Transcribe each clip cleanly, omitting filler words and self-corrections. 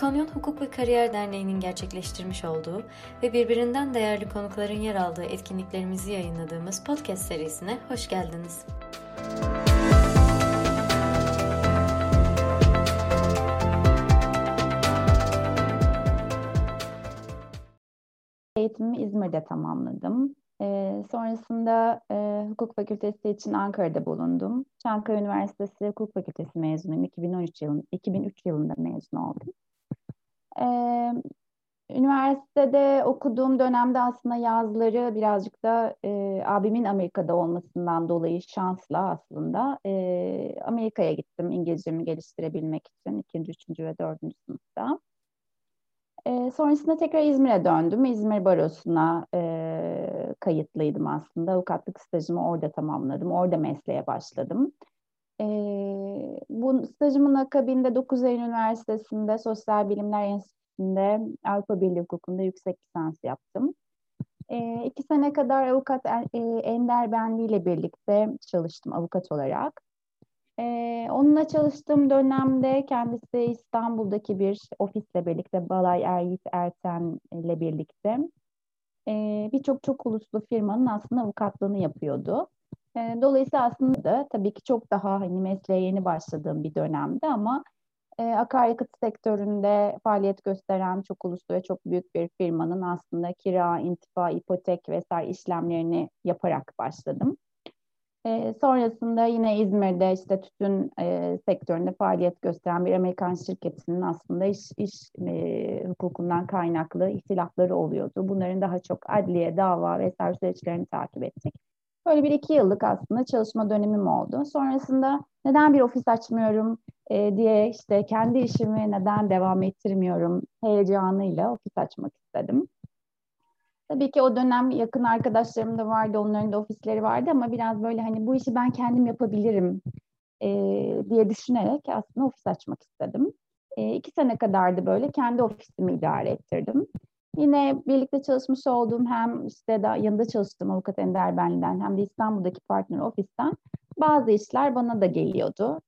İkonyon Hukuk ve Kariyer Derneği'nin gerçekleştirmiş olduğu ve birbirinden değerli konukların yer aldığı etkinliklerimizi yayınladığımız podcast serisine hoş geldiniz. Eğitimimi İzmir'de tamamladım. Sonrasında hukuk fakültesi için Ankara'da bulundum. Çankaya Üniversitesi Hukuk Fakültesi mezunuyum. 2003 yılında mezun oldum. Üniversitede okuduğum dönemde aslında yazları birazcık da abimin Amerika'da olmasından dolayı şansla aslında Amerika'ya gittim İngilizcemi geliştirebilmek için 2., 3. ve 4. sınıfta. Sonrasında tekrar İzmir'e döndüm. İzmir Barosu'na kayıtlıydım aslında. Avukatlık stajımı orada tamamladım. Orada mesleğe başladım. Bu stajımın akabinde 9 Eylül Üniversitesi'nde Sosyal Bilimler Enstitüsü'nde Avrupa Birliği Hukuku'nda yüksek lisans yaptım. 2 sene kadar avukat Ender Benli ile birlikte çalıştım avukat olarak. Onunla çalıştığım dönemde kendisi İstanbul'daki bir ofisle birlikte Balay Eryiğit Erten ile birlikte birçok çok uluslu firmanın aslında avukatlığını yapıyordu. Dolayısıyla aslında tabii ki çok daha hani mesleğe yeni başladığım bir dönemde ama akaryakıt sektöründe faaliyet gösteren çok uluslu ve çok büyük bir firmanın aslında kira, intifa, ipotek vesaire işlemlerini yaparak başladım. Sonrasında yine İzmir'de işte tütün sektöründe faaliyet gösteren bir Amerikan şirketinin aslında iş hukukundan kaynaklı ihtilafları oluyordu. Bunların daha çok adliye, dava vesaire süreçlerini takip ettik. Böyle 1-2 yıllık aslında çalışma dönemim oldu. Sonrasında neden bir ofis açmıyorum diye işte kendi işimi neden devam ettirmiyorum heyecanıyla ofis açmak istedim. Tabii ki o dönem yakın arkadaşlarım da vardı, onların da ofisleri vardı ama biraz böyle hani bu işi ben kendim yapabilirim diye düşünerek aslında ofis açmak istedim. 2 sene kadar da böyle kendi ofisimi idare ettirdim. Yine birlikte çalışmış olduğum hem işte yanında çalıştığım avukat Ender Benli'den hem de İstanbul'daki partner ofisten bazı işler bana da geliyordu.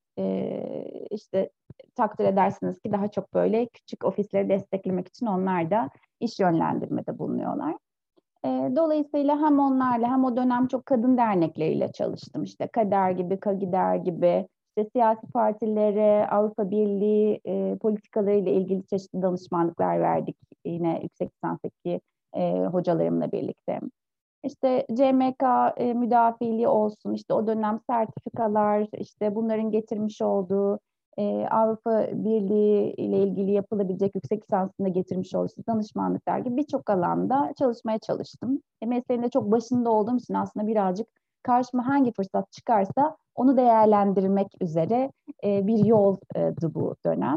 İşte takdir edersiniz ki daha çok böyle küçük ofisleri desteklemek için onlar da iş yönlendirmede bulunuyorlar. Dolayısıyla hem onlarla hem o dönem çok kadın dernekleriyle çalıştım. İşte Kader gibi, Kagider gibi, işte siyasi partilere, Avrupa Birliği politikalarıyla ilgili çeşitli danışmanlıklar verdik. Yine yüksek lisanstaki hocalarımla birlikte. İşte CMK müdafiliği olsun, işte o dönem sertifikalar, işte bunların getirmiş olduğu Avrupa Birliği ile ilgili yapılabilecek yüksek lisansında getirmiş olduğu danışmanlıklar gibi birçok alanda çalışmaya çalıştım. Mesleğin de çok başında olduğum için aslında birazcık karşıma hangi fırsat çıkarsa onu değerlendirmek üzere bir yoldu bu dönem.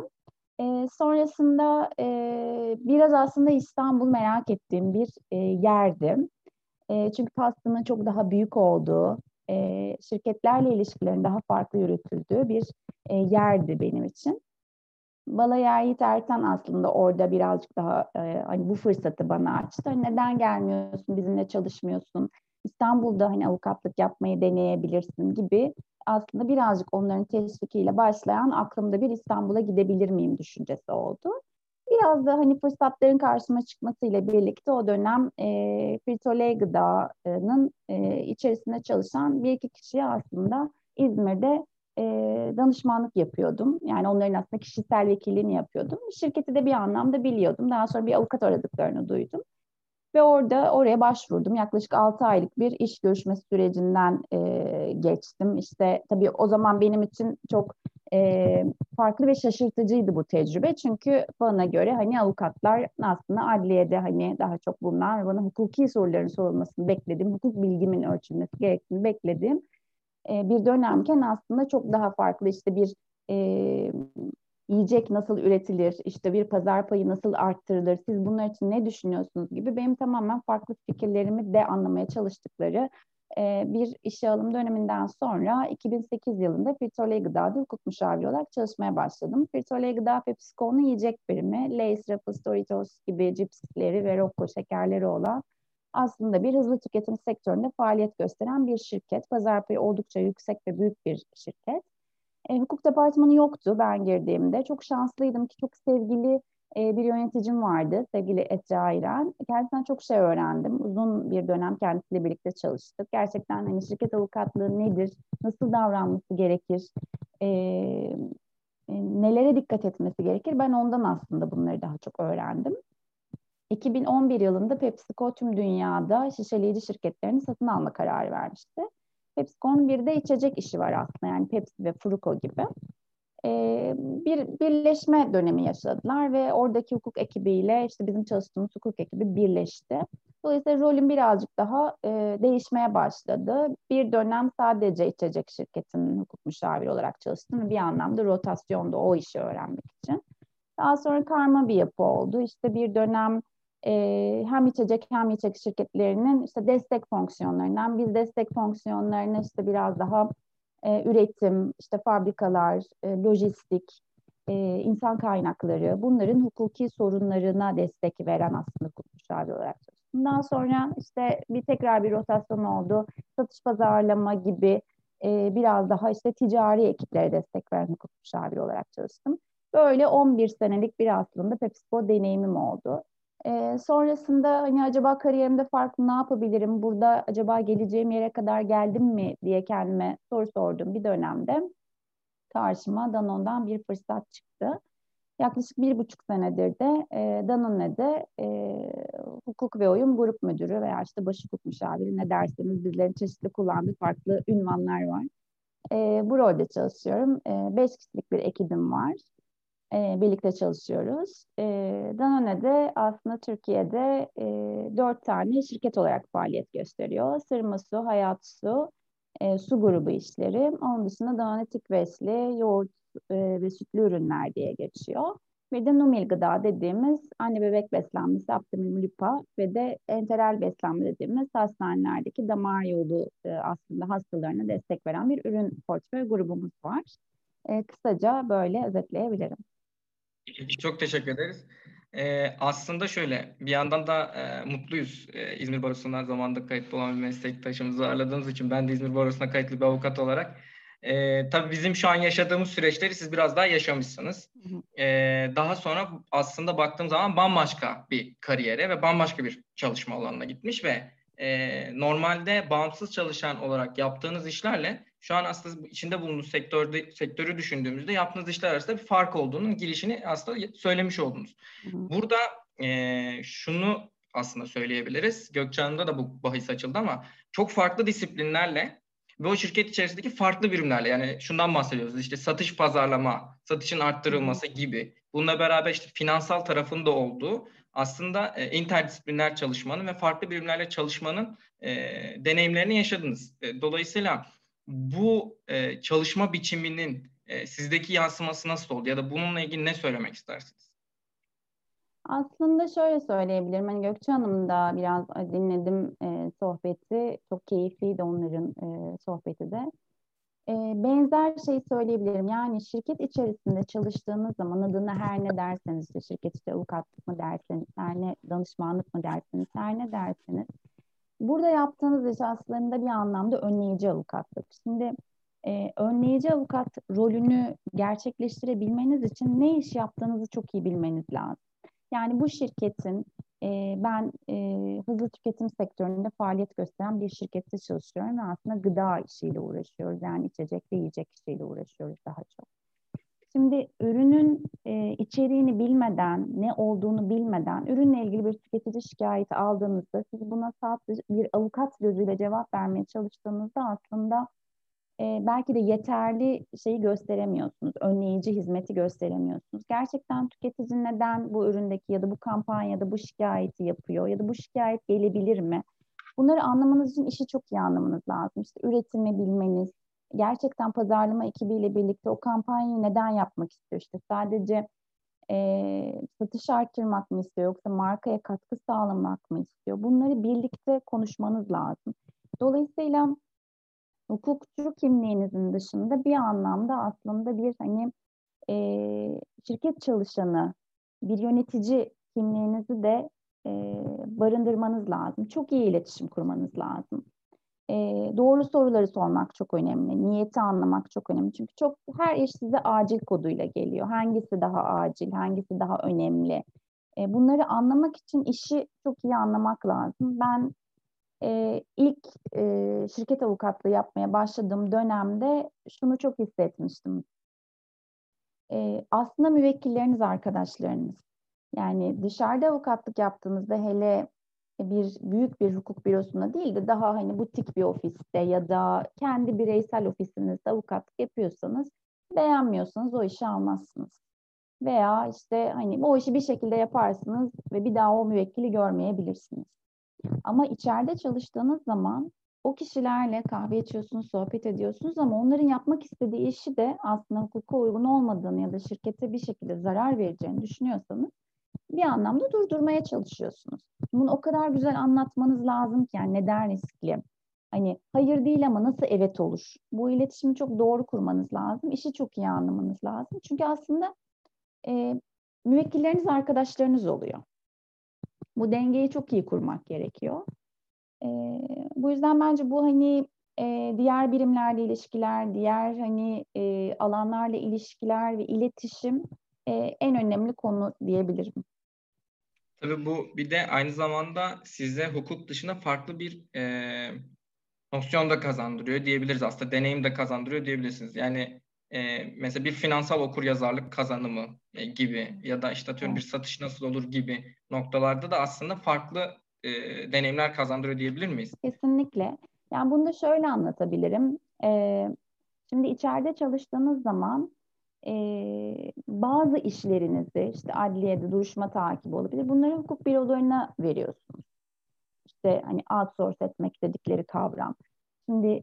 Sonrasında biraz aslında İstanbul merak ettiğim bir yerdi. Çünkü Pastanın çok daha büyük olduğu, şirketlerle ilişkilerin daha farklı yürütüldüğü bir yerdi benim için. Balay Eryiğit Erten aslında orada birazcık daha hani bu fırsatı bana açtı. Hani neden gelmiyorsun, bizimle çalışmıyorsun, İstanbul'da hani avukatlık yapmayı deneyebilirsin gibi aslında birazcık onların teşvikiyle başlayan aklımda bir İstanbul'a gidebilir miyim düşüncesi oldu. Biraz da hani fırsatların karşıma çıkmasıyla birlikte o dönem Frito-Lay Gıda'nın içerisinde çalışan 1-2 kişiye aslında İzmir'de danışmanlık yapıyordum. Yani onların aslında kişisel vekilliğini yapıyordum. Şirketi de bir anlamda biliyordum. Daha sonra bir avukat aradıklarını duydum. Ve oraya başvurdum. Yaklaşık 6 aylık bir iş görüşmesi sürecinden geçtim. İşte tabii o zaman benim için çok farklı ve şaşırtıcıydı bu tecrübe. Çünkü bana göre hani avukatlar aslında adliyede hani daha çok bulunan ve bana hukuki soruların sorulmasını beklediğim, hukuk bilgimin ölçülmesi gerektiğini beklediğim bir dönemken aslında çok daha farklı işte bir yiyecek nasıl üretilir, işte bir pazar payı nasıl arttırılır, siz bunlar için ne düşünüyorsunuz gibi benim tamamen farklı fikirlerimi de anlamaya çalıştıkları bir işe alım döneminden sonra 2008 yılında Frito-Lay Gıda'da hukuk müşaviri olarak çalışmaya başladım. Frito-Lay Gıda PepsiCo'nun yiyecek birimi, Lay's, Ruffles, Doritos gibi cipsleri ve Rocco şekerleri olan aslında bir hızlı tüketim sektöründe faaliyet gösteren bir şirket. Pazar payı oldukça yüksek ve büyük bir şirket. Hukuk departmanı yoktu ben girdiğimde. Çok şanslıydım ki çok sevgili Bir yöneticim vardı, sevgili Esra İren. Kendisinden çok şey öğrendim. Uzun bir dönem kendisiyle birlikte çalıştık. Gerçekten hani şirket avukatlığı nedir, nasıl davranması gerekir, e, nelere dikkat etmesi gerekir? Ben ondan aslında bunları daha çok öğrendim. 2011 yılında PepsiCo tüm dünyada şişeleyici şirketlerini satın alma kararı vermişti. PepsiCo'nun bir de içecek işi var aslında, yani Pepsi ve Fruko gibi. Bir birleşme dönemi yaşadılar ve oradaki hukuk ekibiyle işte bizim çalıştığımız hukuk ekibi birleşti. Dolayısıyla rolüm birazcık daha değişmeye başladı. Bir dönem sadece içecek şirketinin hukuk müşaviri olarak çalıştım ve bir anlamda rotasyonda o işi öğrenmek için. Daha sonra karma bir yapı oldu. İşte bir dönem hem içecek hem içecek şirketlerinin işte destek fonksiyonlarından, biz destek fonksiyonlarına işte biraz daha üretim, işte fabrikalar, lojistik, insan kaynakları, bunların hukuki sorunlarına destek veren aslında hukuk müşaviri olarak çalıştım. Daha sonra işte tekrar bir rotasyon oldu. Satış pazarlama gibi biraz daha işte ticari ekiplere destek veren hukuk müşaviri olarak çalıştım. Böyle 11 senelik bir aslında PepsiCo deneyimim oldu. Sonrasında hani acaba kariyerimde farklı ne yapabilirim? Burada acaba geleceğim yere kadar geldim mi diye kendime soru sordum bir dönemde. Karşıma Danone'dan bir fırsat çıktı. Yaklaşık 1,5 senedir de Danone'de hukuk ve uyum grup müdürü veya işte baş hukuk müşaviri ne derseniz bizlerin çeşitli kullandığı farklı ünvanlar var. Bu rolde çalışıyorum. 5 kişilik bir ekibim var. Birlikte çalışıyoruz. Danone'de aslında Türkiye'de 4 tane şirket olarak faaliyet gösteriyor. Sırma Su, Hayat Su, su grubu işleri. Onun dışında Danone Tikvesli, yoğurt ve sütlü ürünler diye geçiyor. Bir de Numil Gıda dediğimiz anne bebek beslenmesi, Aptamil Lipa ve de enteral beslenme dediğimiz hastanelerdeki damar yolu aslında hastalarına destek veren bir ürün portföy grubumuz var. Kısaca böyle özetleyebilirim. Çok teşekkür ederiz. Aslında şöyle, bir yandan da mutluyuz. İzmir Barosu'ndan zamanında kayıtlı olan bir meslektaşımızı ağırladığımız için ben de İzmir Barosu'na kayıtlı bir avukat olarak. Tabii bizim şu an yaşadığımız süreçleri siz biraz daha yaşamışsınız. Daha sonra aslında baktığım zaman bambaşka bir kariyere ve bambaşka bir çalışma alanına gitmiş ve normalde bağımsız çalışan olarak yaptığınız işlerle şu an aslında içinde bulunduğunuz sektörü düşündüğümüzde yaptığınız işler arasında bir fark olduğunun girişini aslında söylemiş oldunuz. Burada şunu aslında söyleyebiliriz. Gökçe Hanım'da da bu bahis açıldı ama çok farklı disiplinlerle ve o şirket içerisindeki farklı birimlerle, yani şundan bahsediyoruz, işte satış, pazarlama, satışın arttırılması gibi. Bununla beraber işte finansal tarafında olduğu aslında interdisipliner çalışmanın ve farklı birimlerle çalışmanın deneyimlerini yaşadınız. Dolayısıyla bu çalışma biçiminin sizdeki yansıması nasıl oldu ya da bununla ilgili ne söylemek istersiniz? Aslında şöyle söyleyebilirim. Hani Gökçe Hanım da biraz dinledim sohbeti. Çok keyifliydi onların sohbeti de. Benzer şeyi söyleyebilirim. Yani şirket içerisinde çalıştığınız zaman adına her ne derseniz, işte şirket işte avukatlık mı derseniz, her ne danışmanlık mı derseniz, her ne derseniz, burada yaptığınız iş aslında bir anlamda önleyici avukatlık. Şimdi önleyici avukat rolünü gerçekleştirebilmeniz için ne iş yaptığınızı çok iyi bilmeniz lazım. Yani bu şirketin ben hızlı tüketim sektöründe faaliyet gösteren bir şirkette çalışıyorum ve aslında gıda işiyle uğraşıyoruz. Yani içecek ve yiyecek işiyle uğraşıyoruz daha çok. Şimdi ürünün içeriğini bilmeden, ne olduğunu bilmeden, ürünle ilgili bir tüketici şikayeti aldığınızda siz buna sadece bir avukat gözüyle cevap vermeye çalıştığınızda aslında belki de yeterli şeyi gösteremiyorsunuz. Önleyici hizmeti gösteremiyorsunuz. Gerçekten tüketici neden bu üründeki ya da bu kampanyada bu şikayeti yapıyor ya da bu şikayet gelebilir mi? Bunları anlamanız için işi çok iyi anlamanız lazım. İşte üretimi bilmeniz, gerçekten pazarlama ekibiyle birlikte o kampanyayı neden yapmak istiyor? İşte sadece satış arttırmak mı istiyor yoksa markaya katkı sağlamak mı istiyor? Bunları birlikte konuşmanız lazım. Dolayısıyla hukukçu kimliğinizin dışında bir anlamda aslında bir hani şirket çalışanı, bir yönetici kimliğinizi de barındırmanız lazım. Çok iyi iletişim kurmanız lazım. Doğru soruları sormak çok önemli. Niyeti anlamak çok önemli. Çünkü her iş size acil koduyla geliyor. Hangisi daha acil, hangisi daha önemli? Bunları anlamak için işi çok iyi anlamak lazım. Ben ilk şirket avukatlığı yapmaya başladığım dönemde şunu çok hissetmiştim. Aslında müvekkilleriniz arkadaşlarınız. Yani dışarıda avukatlık yaptığınızda hele büyük bir hukuk bürosunda değil de daha hani butik bir ofiste ya da kendi bireysel ofisinizde avukatlık yapıyorsanız beğenmiyorsanız o işi almazsınız. Veya işte hani o işi bir şekilde yaparsınız ve bir daha o müvekkili görmeyebilirsiniz. Ama içeride çalıştığınız zaman o kişilerle kahve içiyorsunuz, sohbet ediyorsunuz ama onların yapmak istediği işi de aslında hukuka uygun olmadığını ya da şirkete bir şekilde zarar vereceğini düşünüyorsanız bir anlamda durdurmaya çalışıyorsunuz. Bunu o kadar güzel anlatmanız lazım ki yani neden riskli? Hani hayır değil ama nasıl evet olur? Bu iletişimi çok doğru kurmanız lazım. İşi çok iyi anlamanız lazım. Çünkü aslında müvekkilleriniz arkadaşlarınız oluyor. Bu dengeyi çok iyi kurmak gerekiyor. Bu yüzden bence bu hani diğer birimlerle ilişkiler, diğer hani alanlarla ilişkiler ve iletişim en önemli konu diyebilirim. Tabii bu bir de aynı zamanda size hukuk dışında farklı bir fonksiyon da kazandırıyor diyebiliriz. Aslında deneyim de kazandırıyor diyebilirsiniz. Yani mesela bir finansal okuryazarlık kazanımı gibi ya da işte atıyorum bir satış nasıl olur gibi noktalarda da aslında farklı deneyimler kazandırıyor diyebilir miyiz? Kesinlikle. Yani bunu da şöyle anlatabilirim. Şimdi içeride çalıştığınız zaman bazı işlerinizi işte adliyede duruşma takibi olabilir. Bunları hukuk bürolarına veriyorsunuz. İşte hani outsource etmek dedikleri kavram. Şimdi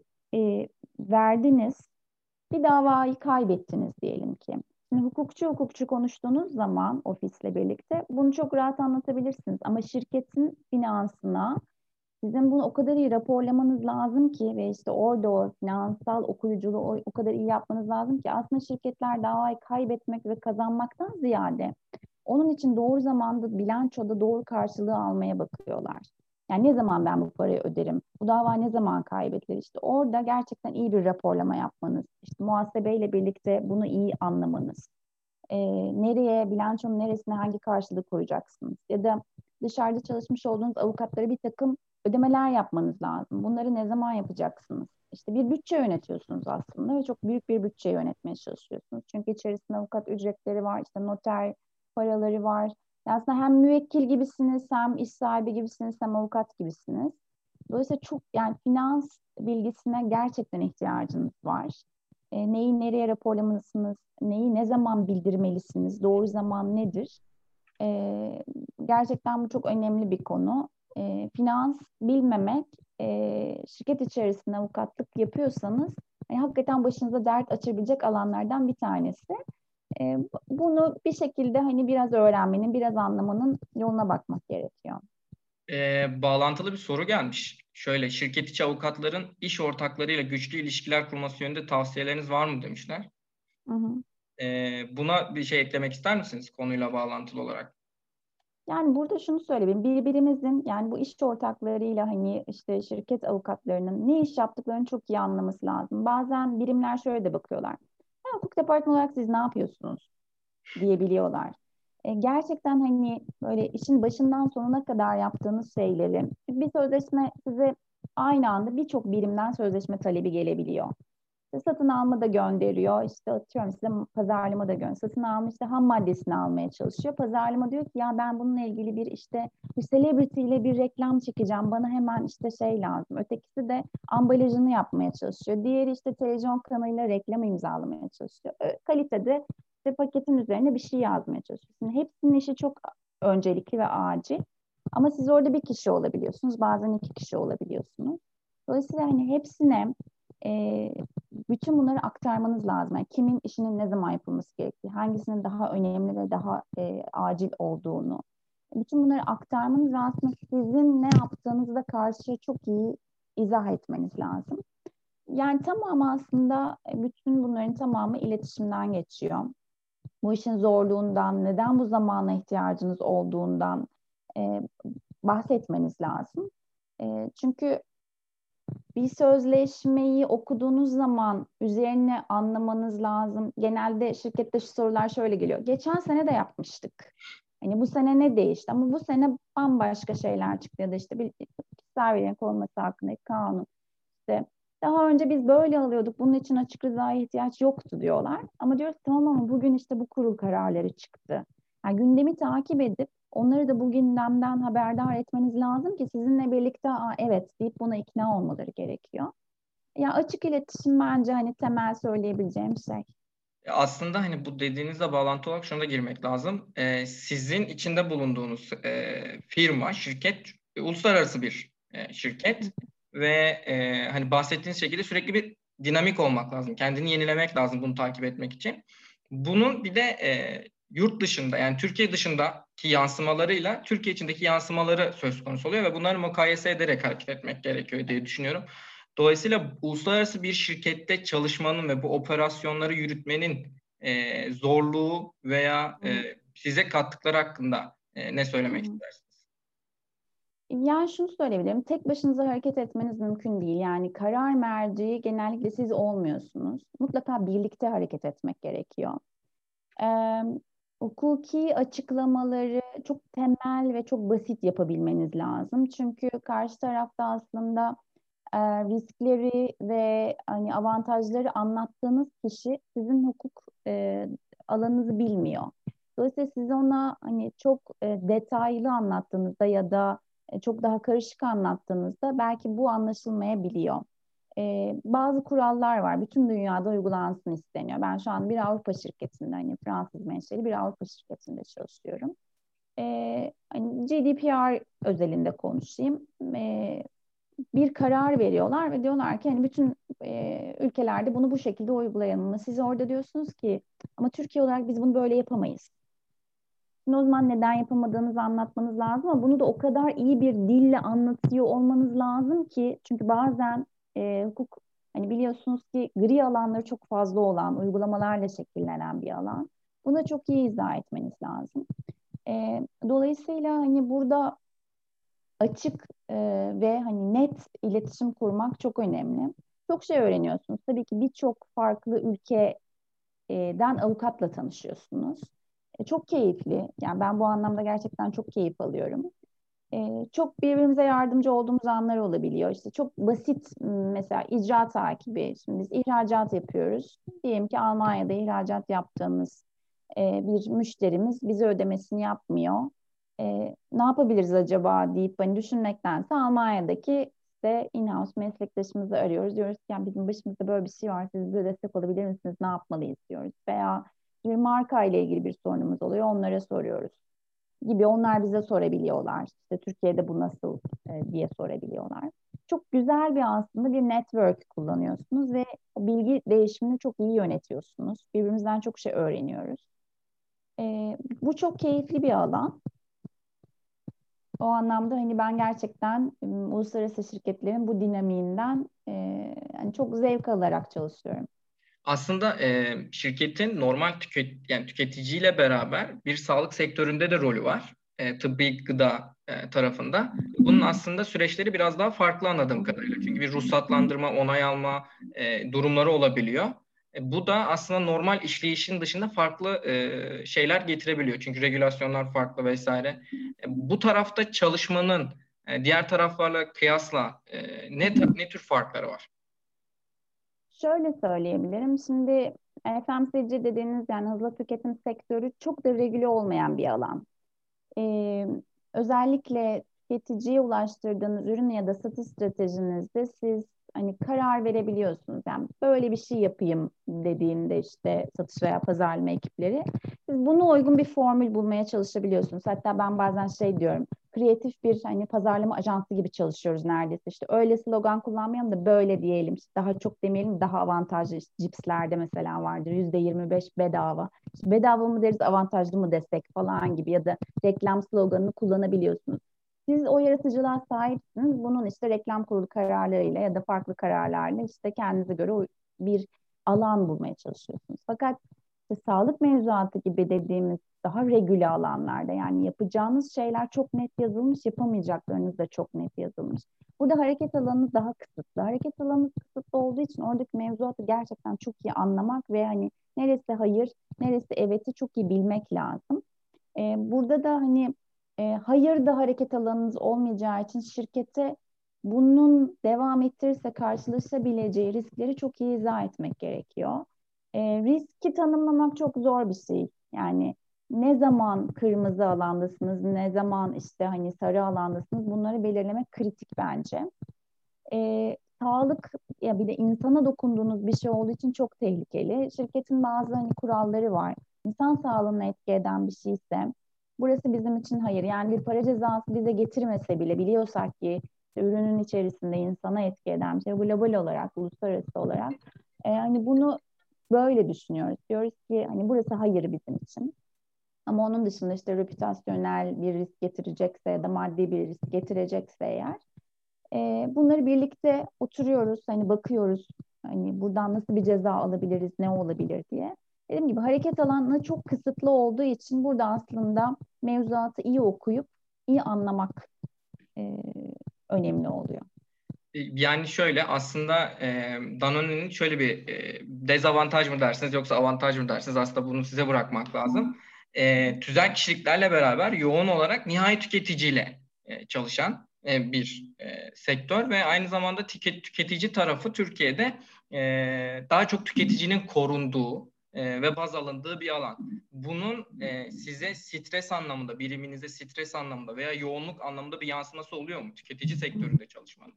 verdiniz, bir davayı kaybettiniz diyelim ki. Şimdi hukukçu konuştuğunuz zaman ofisle birlikte bunu çok rahat anlatabilirsiniz. Ama şirketin finansına sizin bunu o kadar iyi raporlamanız lazım ki ve işte orada o finansal okuyuculuğu o kadar iyi yapmanız lazım ki aslında şirketler davayı kaybetmek ve kazanmaktan ziyade onun için doğru zamanda bilançoda doğru karşılığı almaya bakıyorlar. Yani ne zaman ben bu parayı öderim? Bu dava ne zaman kaybedilir? İşte orada gerçekten iyi bir raporlama yapmanız, işte muhasebeyle birlikte bunu iyi anlamanız, nereye, bilançonun neresine hangi karşılığı koyacaksınız? Ya da dışarıda çalışmış olduğunuz avukatlara bir takım ödemeler yapmanız lazım. Bunları ne zaman yapacaksınız? İşte bir bütçe yönetiyorsunuz aslında ve çok büyük bir bütçe yönetmeye çalışıyorsunuz. Çünkü içerisinde avukat ücretleri var, işte noter paraları var. Yani aslında hem müvekkil gibisiniz, hem iş sahibi gibisiniz, hem avukat gibisiniz. Dolayısıyla çok yani finans bilgisine gerçekten ihtiyacınız var. Neyi nereye raporlamalısınız, neyi ne zaman bildirmelisiniz, doğru zaman nedir? Gerçekten bu çok önemli bir konu. Finans bilmemek, şirket içerisinde avukatlık yapıyorsanız hakikaten başınıza dert açabilecek alanlardan bir tanesi. Bunu bir şekilde hani biraz öğrenmenin, biraz anlamanın yoluna bakmak gerekiyor. Bağlantılı bir soru gelmiş. Şöyle, şirket içi avukatların iş ortaklarıyla güçlü ilişkiler kurması yönünde tavsiyeleriniz var mı demişler. Hı hı. Buna bir şey eklemek ister misiniz konuyla bağlantılı olarak? Yani burada şunu söyleyeyim. Birbirimizin yani bu iş ortaklarıyla hani işte şirket avukatlarının ne iş yaptıklarını çok iyi anlaması lazım. Bazen birimler şöyle de bakıyorlar. Ya, hukuk departmanı olarak siz ne yapıyorsunuz diyebiliyorlar. Gerçekten hani böyle işin başından sonuna kadar yaptığınız şeyleri bir sözleşme size aynı anda birçok birimden sözleşme talebi gelebiliyor. Satın alma da gönderiyor. İşte atıyorum size pazarlama da gönderiyor. Satın alma işte ham maddesini almaya çalışıyor. Pazarlama diyor ki ya ben bununla ilgili bir işte bir celebrity ile bir reklam çekeceğim. Bana hemen işte şey lazım. Ötekisi de ambalajını yapmaya çalışıyor. Diğeri işte televizyon kanalıyla reklam imzalamaya çalışıyor. Kalitede işte paketin üzerine bir şey yazmaya çalışıyor. Şimdi hepsinin işi çok öncelikli ve acil. Ama siz orada bir kişi olabiliyorsunuz. Bazen iki kişi olabiliyorsunuz. Dolayısıyla hani hepsine e, bütün bunları aktarmanız lazım. Yani kimin işinin ne zaman yapılması gerektiği, hangisinin daha önemli ve daha acil olduğunu. Bütün bunları aktarmanız ve aslında sizin ne yaptığınızı da karşıya çok iyi izah etmeniz lazım. Yani tamamı aslında bütün bunların tamamı iletişimden geçiyor. Bu işin zorluğundan, neden bu zamana ihtiyacınız olduğundan bahsetmeniz lazım. Çünkü Bir sözleşmeyi okuduğunuz zaman üzerine anlamanız lazım. Genelde şirket dışı sorular şöyle geliyor. Geçen sene de yapmıştık. Hani bu sene ne değişti? Ama bu sene bambaşka şeyler çıktı. Ya da işte bir kişisel verilerin korunması hakkındaki kanun. İşte daha önce biz böyle alıyorduk. Bunun için açık rızaya ihtiyaç yoktu diyorlar. Ama diyoruz tamam ama bugün işte bu kurul kararları çıktı. Yani gündemi takip edip onları da bu gündemden haberdar etmeniz lazım ki sizinle birlikte evet deyip buna ikna olmaları gerekiyor. Ya açık iletişim bence hani temel söyleyebileceğim şey. Aslında hani bu dediğinizle bağlantı olarak şuna da girmek lazım. Sizin içinde bulunduğunuz firma, şirket, uluslararası bir şirket ve hani bahsettiğiniz şekilde sürekli bir dinamik olmak lazım. Kendini yenilemek lazım bunu takip etmek için. Bunun bir de yurt dışında, yani Türkiye dışındaki yansımalarıyla Türkiye içindeki yansımaları söz konusu oluyor ve bunları mukayese ederek hareket etmek gerekiyor diye düşünüyorum. Dolayısıyla uluslararası bir şirkette çalışmanın ve bu operasyonları yürütmenin zorluğu veya size kattıkları hakkında ne söylemek istersiniz? Yani şunu söyleyebilirim. Tek başınıza hareket etmeniz mümkün değil. Yani karar merci genellikle siz olmuyorsunuz. Mutlaka birlikte hareket etmek gerekiyor. Ee, Hukuki açıklamaları çok temel ve çok basit yapabilmeniz lazım. Çünkü karşı tarafta aslında riskleri ve hani avantajları anlattığınız kişi sizin hukuk alanınızı bilmiyor. Dolayısıyla siz ona hani çok detaylı anlattığınızda ya da çok daha karışık anlattığınızda belki bu anlaşılmayabiliyor. Bazı kurallar var. Bütün dünyada uygulansın isteniyor. Ben şu an bir Avrupa şirketinde, hani Fransız menşeli bir Avrupa şirketinde çalışıyorum. Hani GDPR özelinde konuşayım. Bir karar veriyorlar ve diyorlar ki hani bütün ülkelerde bunu bu şekilde uygulayalım. Ama siz orada diyorsunuz ki ama Türkiye olarak biz bunu böyle yapamayız. Şimdi o zaman neden yapamadığınızı anlatmanız lazım ama bunu da o kadar iyi bir dille anlatıyor olmanız lazım ki çünkü bazen hukuk hani biliyorsunuz ki gri alanları çok fazla olan uygulamalarla şekillenen bir alan. Buna çok iyi izah etmeniz lazım. Dolayısıyla hani burada açık ve hani net iletişim kurmak çok önemli. Çok şey öğreniyorsunuz. Tabii ki birçok farklı ülkeden avukatla tanışıyorsunuz. Çok keyifli. Yani ben bu anlamda gerçekten çok keyif alıyorum. Çok birbirimize yardımcı olduğumuz anlar olabiliyor. İşte çok basit mesela icra takibi. Şimdi biz ihracat yapıyoruz. Diyelim ki Almanya'da ihracat yaptığımız bir müşterimiz bize ödemesini yapmıyor. Ne yapabiliriz acaba deyip hani düşünmektense Almanya'daki işte in-house meslektaşımızı arıyoruz. Diyoruz ki yani bizim başımızda böyle bir şey var. Siz bize destek olabilir misiniz? Ne yapmalıyız diyoruz. Veya bir marka ile ilgili bir sorunumuz oluyor. Onlara soruyoruz gibi onlar bize sorabiliyorlar. İşte Türkiye'de bu nasıl diye sorabiliyorlar. Çok güzel bir aslında bir network kullanıyorsunuz ve bilgi değişimini çok iyi yönetiyorsunuz. Birbirimizden çok şey öğreniyoruz. Bu çok keyifli bir alan. O anlamda hani ben gerçekten uluslararası şirketlerin bu dinamiğinden yani çok zevk alarak çalışıyorum. Aslında şirketin normal yani tüketiciyle beraber bir sağlık sektöründe de rolü var. Tıbbi gıda tarafında. Bunun aslında süreçleri biraz daha farklı anladığım kadarıyla. Çünkü bir ruhsatlandırma, onay alma durumları olabiliyor. Bu da aslında normal işleyişin dışında farklı şeyler getirebiliyor. Çünkü regülasyonlar farklı vesaire. Bu tarafta çalışmanın diğer taraflarla kıyasla ne tür farkları var? Şöyle söyleyebilirim. Şimdi FMCG dediğiniz yani hızlı tüketim sektörü çok da regüle olmayan bir alan. Ee, Özellikle tüketiciye ulaştırdığınız ürün ya da satış stratejinizde siz hani karar verebiliyorsunuz. Yani böyle bir şey yapayım dediğinde işte satış veya pazarlama ekipleri siz buna uygun bir formül bulmaya çalışabiliyorsunuz. Hatta ben bazen şey diyorum kreatif bir hani pazarlama ajansı gibi çalışıyoruz neredeyse. İşte öyle slogan kullanmayalım da böyle diyelim. İşte daha çok demeyelim daha avantajlı. İşte cipslerde mesela vardır %25 bedava. İşte bedava mı deriz avantajlı mı destek falan gibi ya da reklam sloganını kullanabiliyorsunuz. Siz o yaratıcılığa sahipsiniz. Bunun işte reklam kurulu kararlarıyla ya da farklı kararlarla işte kendinize göre bir alan bulmaya çalışıyorsunuz. Fakat işte sağlık mevzuatı gibi dediğimiz daha regüle alanlarda, yani yapacağınız şeyler çok net yazılmış, yapamayacaklarınız da çok net yazılmış. Burada hareket alanınız daha kısıtlı. Hareket alanınız kısıtlı olduğu için oradaki mevzuatı gerçekten çok iyi anlamak ve hani neresi hayır, neresi evet'i çok iyi bilmek lazım. Burada da hani hayır da hareket alanınız olmayacağı için şirkete bunun devam ettirirse karşılaşabileceği riskleri çok iyi izah etmek gerekiyor. Riski tanımlamak çok zor bir şey. Yani ne zaman kırmızı alandasınız, ne zaman işte hani sarı alandasınız, bunları belirlemek kritik bence. Sağlık, ya bir de insana dokunduğunuz bir şey olduğu için çok tehlikeli. Şirketin bazı hani kuralları var. İnsan sağlığına etki eden bir şeyse burası bizim için hayır. Yani bir para cezası bize getirmese bile biliyorsak ki ürünün içerisinde insana etki eden bir şey global olarak, uluslararası olarak hani bunu böyle düşünüyoruz. Diyoruz ki hani burası hayır bizim için. Ama onun dışında işte reputasyonel bir risk getirecekse ya da maddi bir risk getirecekse eğer bunları birlikte oturuyoruz, hani bakıyoruz, hani buradan nasıl bir ceza alabiliriz, ne olabilir diye. Dediğim gibi hareket alanı çok kısıtlı olduğu için burada aslında mevzuatı iyi okuyup iyi anlamak e, önemli oluyor. Yani şöyle aslında Danone'nin şöyle bir dezavantaj mı dersiniz yoksa avantaj mı dersiniz? Aslında bunu size bırakmak lazım. Tüzel kişiliklerle beraber yoğun olarak nihai tüketiciyle çalışan bir sektör ve aynı zamanda tüketici tarafı Türkiye'de daha çok tüketicinin korunduğu ve baz alındığı bir alan. Bunun size stres anlamında, biriminize stres anlamında veya yoğunluk anlamında bir yansıması oluyor mu tüketici sektöründe çalışmanın?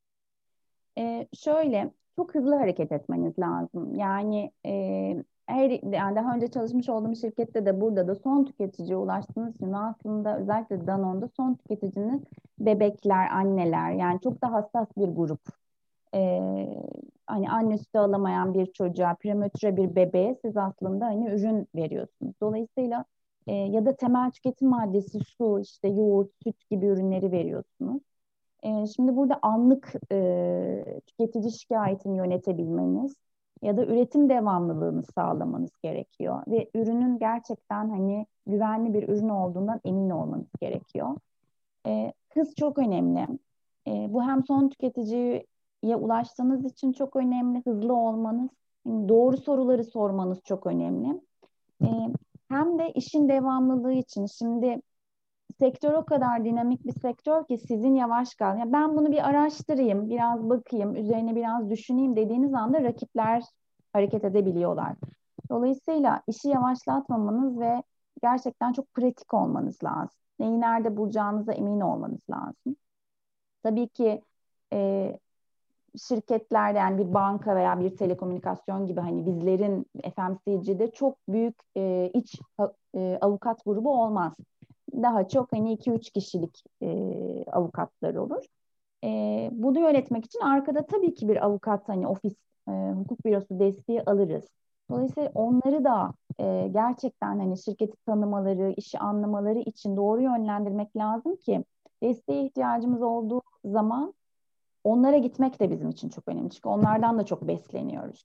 Şöyle çok hızlı hareket etmeniz lazım. Yani yani daha önce çalışmış olduğum şirkette de burada da son tüketiciye ulaştığınız için aslında özellikle Danone'da son tüketiciniz bebekler, anneler, yani çok da hassas bir grup. Ee, Hani anne sütü alamayan bir çocuğa, prematüre bir bebeğe siz aslında hani ürün veriyorsunuz. Dolayısıyla ya da temel tüketim maddesi su, işte yoğurt, süt gibi ürünleri veriyorsunuz. Şimdi burada anlık tüketici şikayetini yönetebilmeniz ya da üretim devamlılığını sağlamanız gerekiyor ve ürünün gerçekten hani güvenli bir ürün olduğundan emin olmanız gerekiyor. Hız çok önemli. Bu hem son tüketiciye ulaştığınız için çok önemli, hızlı olmanız, yani doğru soruları sormanız çok önemli. E, Hem de işin devamlılığı için şimdi sektör o kadar dinamik bir sektör ki sizin yavaş kal. Yani ben bunu bir araştırayım, biraz bakayım, üzerine biraz düşüneyim dediğiniz anda rakipler hareket edebiliyorlar. Dolayısıyla işi yavaşlatmamanız ve gerçekten çok pratik olmanız lazım. Neyi nerede bulacağınıza emin olmanız lazım. Tabii ki e, şirketlerde, yani bir banka veya bir telekomünikasyon gibi hani bizlerin FMCG'de çok büyük iç avukat grubu olmaz. Daha çok hani 2-3 kişilik avukatlar olur. Bunu yönetmek için arkada tabii ki bir avukat, hani ofis, hukuk bürosu desteği alırız. Dolayısıyla onları da gerçekten hani şirketi tanımaları, işi anlamaları için doğru yönlendirmek lazım ki desteğe ihtiyacımız olduğu zaman onlara gitmek de bizim için çok önemli. Çünkü onlardan da çok besleniyoruz.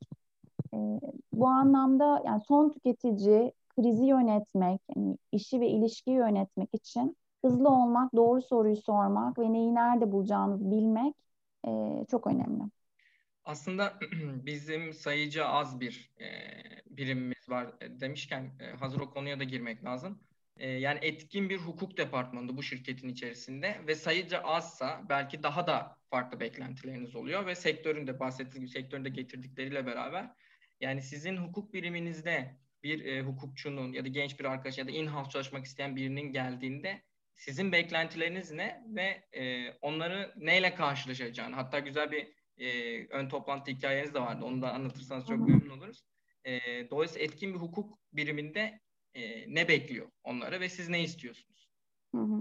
Bu anlamda yani son tüketici krizi yönetmek, yani işi ve ilişkiyi yönetmek için hızlı olmak, doğru soruyu sormak ve neyi nerede bulacağınızı bilmek çok önemli. Aslında bizim sayıca az bir birimimiz var demişken hazır o konuya da girmek lazım. Yani etkin bir hukuk departmanı bu şirketin içerisinde ve sayıca azsa belki daha da farklı beklentileriniz oluyor ve sektörün de bahsettiğiniz gibi sektörün de getirdikleriyle beraber yani sizin hukuk biriminizde bir hukukçunun ya da genç bir arkadaş ya da in-house çalışmak isteyen birinin geldiğinde sizin beklentileriniz ne ve onları neyle karşılaşacağını, hatta güzel bir ön toplantı hikayeniz de vardı. Onu da anlatırsanız çok memnun oluruz. Dolayısıyla etkin bir hukuk biriminde ne bekliyor onları ve siz ne istiyorsunuz? Hı hı.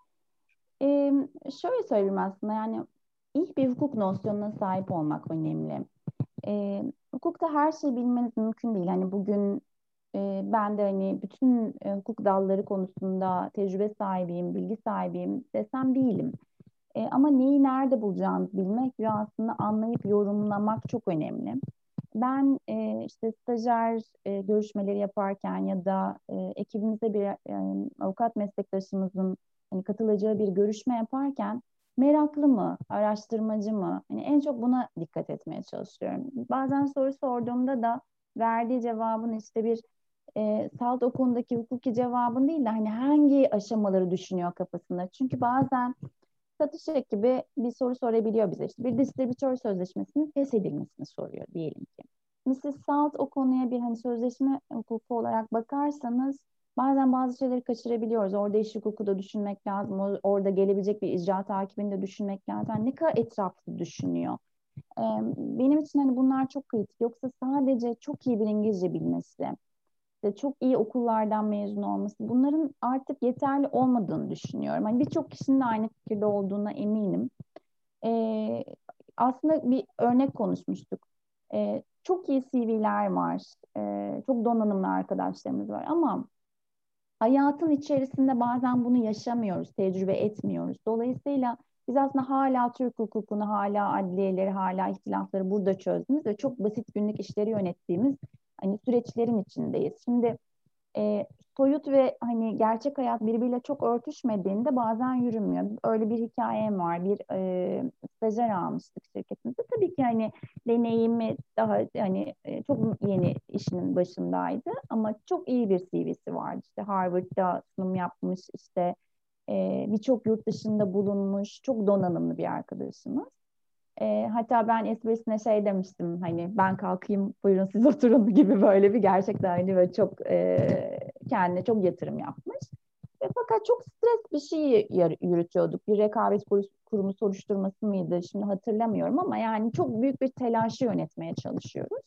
Şöyle söyleyeyim aslında, yani iyi bir hukuk nosyonuna sahip olmak önemli. Hukukta her şeyi bilmeniz mümkün değil. Hani bugün ben de hani bütün hukuk dalları konusunda tecrübe sahibiyim, bilgi sahibiyim desem değilim. Ama neyi nerede bulacağınızı bilmek ve aslında anlayıp yorumlamak çok önemli. Ben işte stajyer görüşmeleri yaparken ya da ekibimizde bir avukat meslektaşımızın hani katılacağı bir görüşme yaparken meraklı mı, araştırmacı mı? Hani en çok buna dikkat etmeye çalışıyorum. Bazen soru sorduğumda da verdiği cevabın işte bir salt o konudaki hukuki cevabın değil de hani hangi aşamaları düşünüyor kafasında. Çünkü bazen satış ekibi bir soru sorabiliyor bize. İşte bir distribütör sözleşmesinin feshedilmesini soruyor diyelim ki. Şimdi siz salt o konuya bir hani sözleşme hukuku olarak bakarsanız bazen bazı şeyleri kaçırabiliyoruz. Orada iş hukuku da düşünmek lazım. Orada gelebilecek bir icra takibini de düşünmek lazım. Yani ne kadar etraflı düşünüyor. Benim için hani bunlar çok kritik. Yoksa sadece çok iyi bir İngilizce bilmesi, işte çok iyi okullardan mezun olması, bunların artık yeterli olmadığını düşünüyorum. Hani birçok kişinin de aynı fikirde olduğuna eminim. Ee, Aslında bir örnek konuşmuştuk. Çok iyi CV'ler var, çok donanımlı arkadaşlarımız var ama hayatın içerisinde bazen bunu yaşamıyoruz, tecrübe etmiyoruz. Dolayısıyla biz aslında hala Türk hukukunu, hala adliyeleri, hala ihtilafları burada çözdüğümüz ve çok basit günlük işleri yönettiğimiz hani süreçlerin içindeyiz. Şimdi e, soyut ve hani gerçek hayat birbiriyle çok örtüşmediğinde bazen yürümüyor. Öyle bir hikayem var. Bir stajyer almıştık şirketimizde. Tabii ki hani deneyimi daha hani çok yeni işinin başındaydı ama çok iyi bir CV'si vardı. İşte Harvard'da sunum yapmış, işte birçok yurt dışında bulunmuş, çok donanımlı bir arkadaşımız. Hatta ben esprisine şey demiştim, hani ben kalkayım buyurun siz oturun gibi, böyle bir gerçekten hani böyle çok kendine çok yatırım yapmış. Fakat çok stres bir şey yürütüyorduk. Bir rekabet kurumu soruşturması mıydı? Şimdi hatırlamıyorum ama yani çok büyük bir telaşı yönetmeye çalışıyoruz.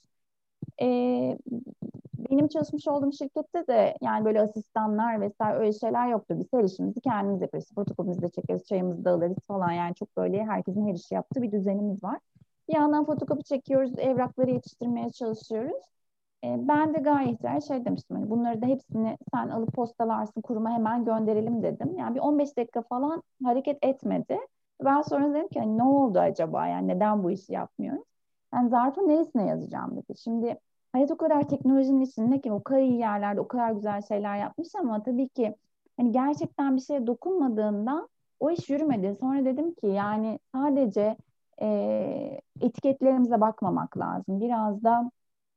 Ee, Benim çalışmış olduğum şirkette de yani böyle asistanlar vesaire öyle şeyler yoktur. Biz her işimizi kendimiz yaparız. Fotokopimizi de çekeriz, çayımızı da alırız falan. Yani çok böyle herkesin her işi yaptığı bir düzenimiz var. Bir yandan fotokopi çekiyoruz, evrakları yetiştirmeye çalışıyoruz. Ben de gayet yani şey demiştim, hani bunları da hepsini sen alıp postalarsın, kuruma hemen gönderelim dedim. Yani bir 15 dakika falan hareket etmedi. Ben sonra dedim ki hani ne oldu acaba, yani neden bu işi yapmıyoruz? Yani zarfın neresine yazacağım dedi. Şimdi hayat o kadar teknolojinin içinde ki o kadar iyi yerlerde o kadar güzel şeyler yapmış ama tabii ki hani gerçekten bir şeye dokunmadığında o iş yürümedi. Sonra dedim ki yani sadece etiketlerimize bakmamak lazım. Biraz da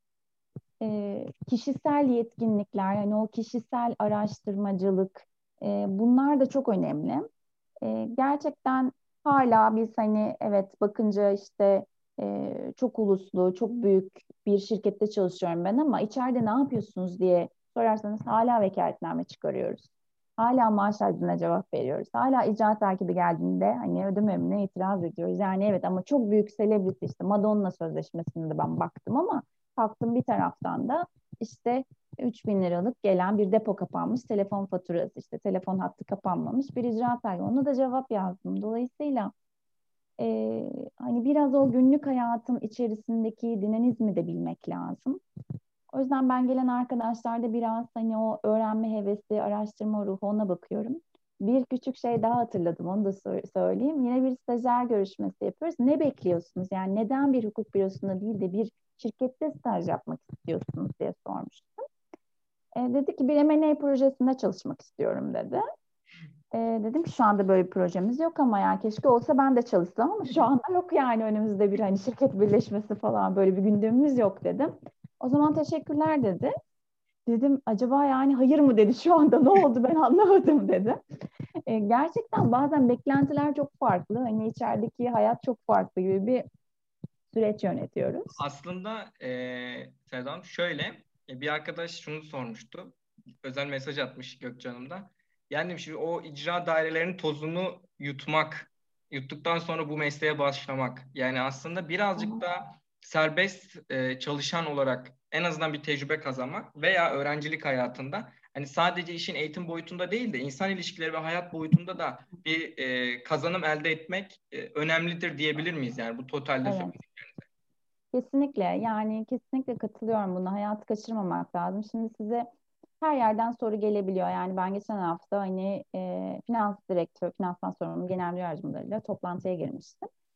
kişisel yetkinlikler, yani o kişisel araştırmacılık, bunlar da çok önemli. Gerçekten hala biz hani evet bakınca işte çok uluslu, çok büyük bir şirkette çalışıyorum ben ama içeride ne yapıyorsunuz diye sorarsanız hala vekaletname çıkarıyoruz. Hala maaş harcına cevap veriyoruz. Hala icra takibi geldiğinde hani ödeme emrine itiraz ediyoruz. Yani evet ama çok büyük selebriti işte Madonna sözleşmesinde ben baktım ama kalktım bir taraftan da işte 3.000 liralık gelen bir depo kapanmış, telefon faturası, işte telefon hattı kapanmamış bir icra takibi. Ona da cevap yazdım. Dolayısıyla hani biraz o günlük hayatın içerisindeki dinamizmi de bilmek lazım. O yüzden ben gelen arkadaşlarda biraz hani o öğrenme hevesi, araştırma ruhu, ona bakıyorum. Bir küçük şey daha hatırladım, onu da söyleyeyim. Yine bir stajyer görüşmesi yapıyoruz. Ne bekliyorsunuz? Yani neden bir hukuk bürosunda değil de bir şirkette staj yapmak istiyorsunuz diye sormuştum. Dedi ki bir M&A projesinde çalışmak istiyorum dedi. Dedim ki şu anda böyle bir projemiz yok ama yani keşke olsa ben de çalışsam ama şu anda yok, yani önümüzde bir hani şirket birleşmesi falan böyle bir gündemimiz yok dedim. O zaman teşekkürler dedi. Dedim acaba yani hayır mı dedi, şu anda ne oldu ben anlamadım dedi. Gerçekten bazen beklentiler çok farklı. Hani içerideki hayat çok farklı gibi bir süreç yönetiyoruz. Aslında Serdar şöyle bir arkadaş şunu sormuştu. Özel mesaj atmış Gökçe Hanım da. Yani demiş, o icra dairelerinin tozunu yuttuktan sonra bu mesleğe başlamak. Yani aslında birazcık da serbest çalışan olarak en azından bir tecrübe kazanmak veya öğrencilik hayatında hani sadece işin eğitim boyutunda değil de insan ilişkileri ve hayat boyutunda da bir kazanım elde etmek önemlidir diyebilir miyiz? Yani bu totalde Evet. Kesinlikle, yani kesinlikle katılıyorum buna. Hayatı kaçırmamak lazım. Şimdi size her yerden soru gelebiliyor. Yani ben geçen hafta hani finans direktör, finansman sorumlu genel müdür yardımcılarıyla toplantıya girmiştim.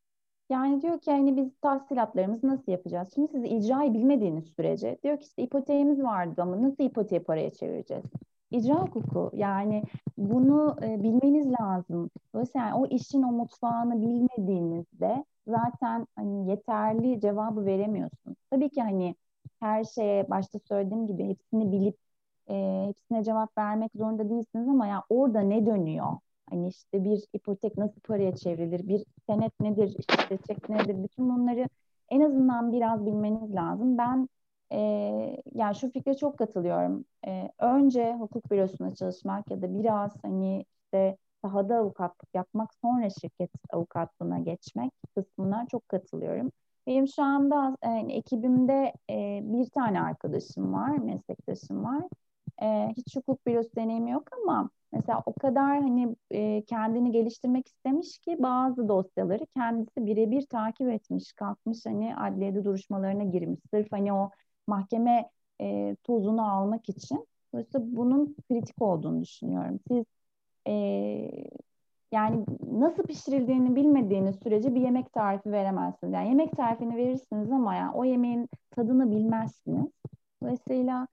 Yani diyor ki hani biz tahsilatlarımızı nasıl yapacağız? Şimdi siz icrayı bilmediğiniz sürece diyor ki işte ipoteğimiz vardı ama nasıl ipoteği paraya çevireceğiz? İcra hukuku yani bunu bilmeniz lazım. Dolayısıyla yani o işin o mutfağını bilmediğinizde zaten hani yeterli cevabı veremiyorsun. Tabii ki hani her şeye başta söylediğim gibi hepsini bilip hepsine cevap vermek zorunda değilsiniz ama ya orada ne dönüyor? Hani işte bir ipotek nasıl paraya çevrilir, bir senet nedir, işte çek nedir, bütün bunları en azından biraz bilmeniz lazım. Ben yani şu fikre çok katılıyorum. Önce hukuk bürosunda çalışmak ya da biraz hani işte sahada avukatlık yapmak, sonra şirket avukatlığına geçmek kısmına çok katılıyorum. Benim şu anda ekibimde bir tane arkadaşım var, meslektaşım var. Hiç hukuk bürosu deneyimi yok ama mesela o kadar hani kendini geliştirmek istemiş ki bazı dosyaları kendisi birebir takip etmiş, kalkmış hani adliyede duruşmalarına girmiş. Sırf hani o mahkeme tozunu almak için. Dolayısıyla bunun kritik olduğunu düşünüyorum. Siz e, yani nasıl pişirildiğini bilmediğiniz sürece bir yemek tarifi veremezsiniz. Yani yemek tarifini verirsiniz ama yani o yemeğin tadını bilmezsiniz. Dolayısıyla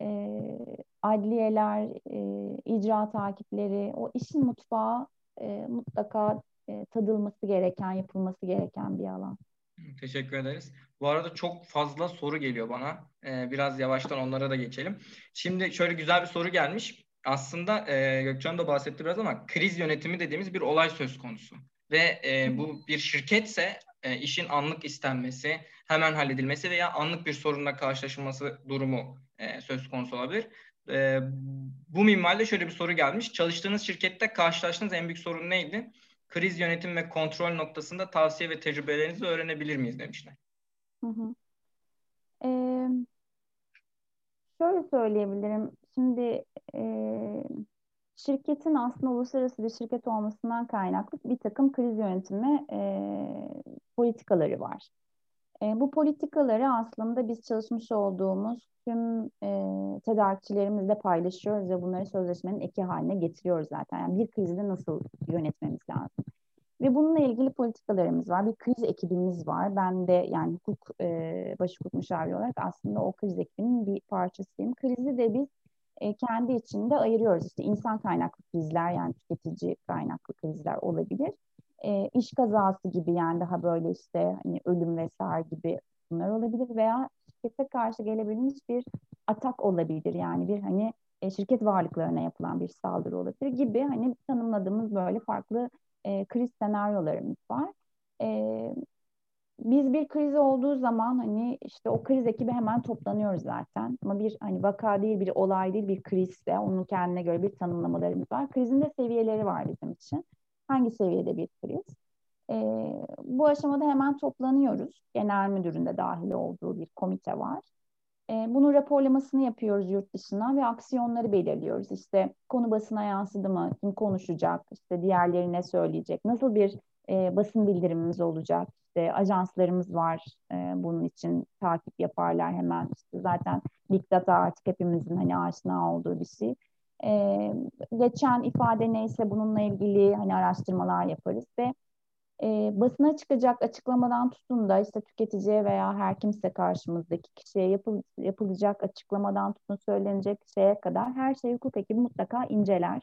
adliyeler, icra takipleri, o işin mutfağı mutlaka tadılması gereken, yapılması gereken bir alan. Teşekkür ederiz. Bu arada çok fazla soru geliyor bana. Biraz yavaştan onlara da geçelim. Şimdi şöyle güzel bir soru gelmiş. Aslında Gökçen de bahsetti biraz ama kriz yönetimi dediğimiz bir olay söz konusu. Ve bu bir şirketse işin anlık istenmesi, hemen halledilmesi veya anlık bir sorunla karşılaşılması durumu söz konusu olabilir. Bu minvalde şöyle bir soru gelmiş. Çalıştığınız şirkette karşılaştığınız en büyük sorun neydi? Kriz yönetim ve kontrol noktasında tavsiye ve tecrübelerinizi öğrenebilir miyiz demişler. Hı hı. E, Şöyle söyleyebilirim. Şimdi şirketin aslında uluslararası bir şirket olmasından kaynaklı bir takım kriz yönetimi politikaları var. Bu politikaları aslında biz çalışmış olduğumuz tüm tedarikçilerimizle paylaşıyoruz ve bunları sözleşmenin eki haline getiriyoruz zaten. Yani bir krizi nasıl yönetmemiz lazım. Ve bununla ilgili politikalarımız var. Bir kriz ekibimiz var. Ben de yani baş hukuk müşaviri olarak aslında o kriz ekibinin bir parçasıyım. Krizi de biz kendi içinde ayırıyoruz. İşte insan kaynaklı krizler yani tüketici kaynaklı krizler olabilir. İş kazası gibi yani daha böyle işte hani ölüm vesaire gibi bunlar olabilir veya şirkete karşı gelebilmiş bir atak olabilir. Yani bir hani şirket varlıklarına yapılan bir saldırı olabilir gibi hani tanımladığımız böyle farklı kriz senaryolarımız var. E, Biz bir kriz olduğu zaman hani işte o kriz ekibi hemen toplanıyoruz zaten. Ama bir hani vaka değil, bir olay değil, bir krizse onun kendine göre bir tanımlamalarımız var. Krizin de seviyeleri var bizim için. Hangi seviyede bir kriz? Bu aşamada hemen toplanıyoruz. Genel müdürün de dahil olduğu bir komite var. Bunun raporlamasını yapıyoruz yurt dışına ve aksiyonları belirliyoruz. İşte konu basına yansıdı mı? Kim konuşacak? İşte diğerleri ne söyleyecek? Nasıl bir basın bildirimimiz olacak? İşte ajanslarımız var. Bunun için takip yaparlar hemen. İşte zaten Big Data artık hepimizin hani aşina olduğu bir şey. Geçen ifade neyse bununla ilgili hani araştırmalar yaparız ve basına çıkacak açıklamadan tutun da işte tüketiciye veya her kimse karşımızdaki kişiye yapılacak açıklamadan tutun söylenecek şeye kadar her şeyi hukuk ekibi mutlaka inceler.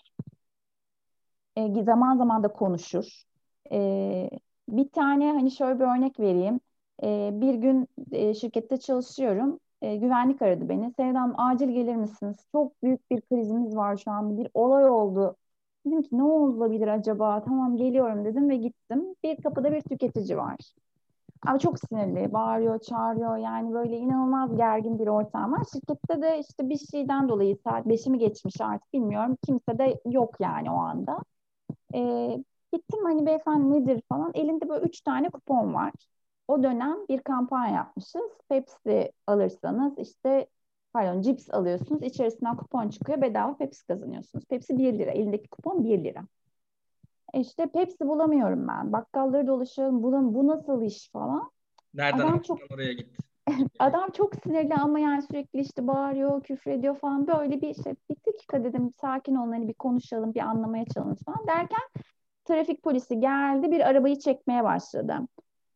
Zaman zaman da konuşur. E, Bir tane hani şöyle bir örnek vereyim. Bir gün şirkette çalışıyorum. Güvenlik aradı beni. Sevda Hanım acil gelir misiniz? Çok büyük bir krizimiz var şu an. Bir olay oldu. Dedim ki ne olabilir acaba? Tamam geliyorum dedim ve gittim. Bir kapıda bir tüketici var. Ama çok sinirli, bağırıyor, çağırıyor. Yani böyle inanılmaz gergin bir ortam var. Şirkette de işte bir şeyden dolayı saat 5'i mi geçmiş artık bilmiyorum. Kimse de yok yani o anda. Ee, Gittim hani beyefendi nedir falan. Elinde böyle 3 tane kupon var. O dönem bir kampanya yapmışız. Pepsi alırsanız işte pardon cips alıyorsunuz. İçerisinden kupon çıkıyor. Bedava Pepsi kazanıyorsunuz. Pepsi 1 lira. Elindeki kupon 1 lira. İşte Pepsi bulamıyorum ben. Bakkalları dolaşıyorum. Bu nasıl iş falan. Nereden Adam çok aklına oraya gitti? adam çok sinirli ama yani sürekli işte bağırıyor, küfür ediyor falan. Böyle bir şey. Bir dakika dedim sakin olun hani bir konuşalım, bir anlamaya çalışalım falan derken trafik polisi geldi bir arabayı çekmeye başladı.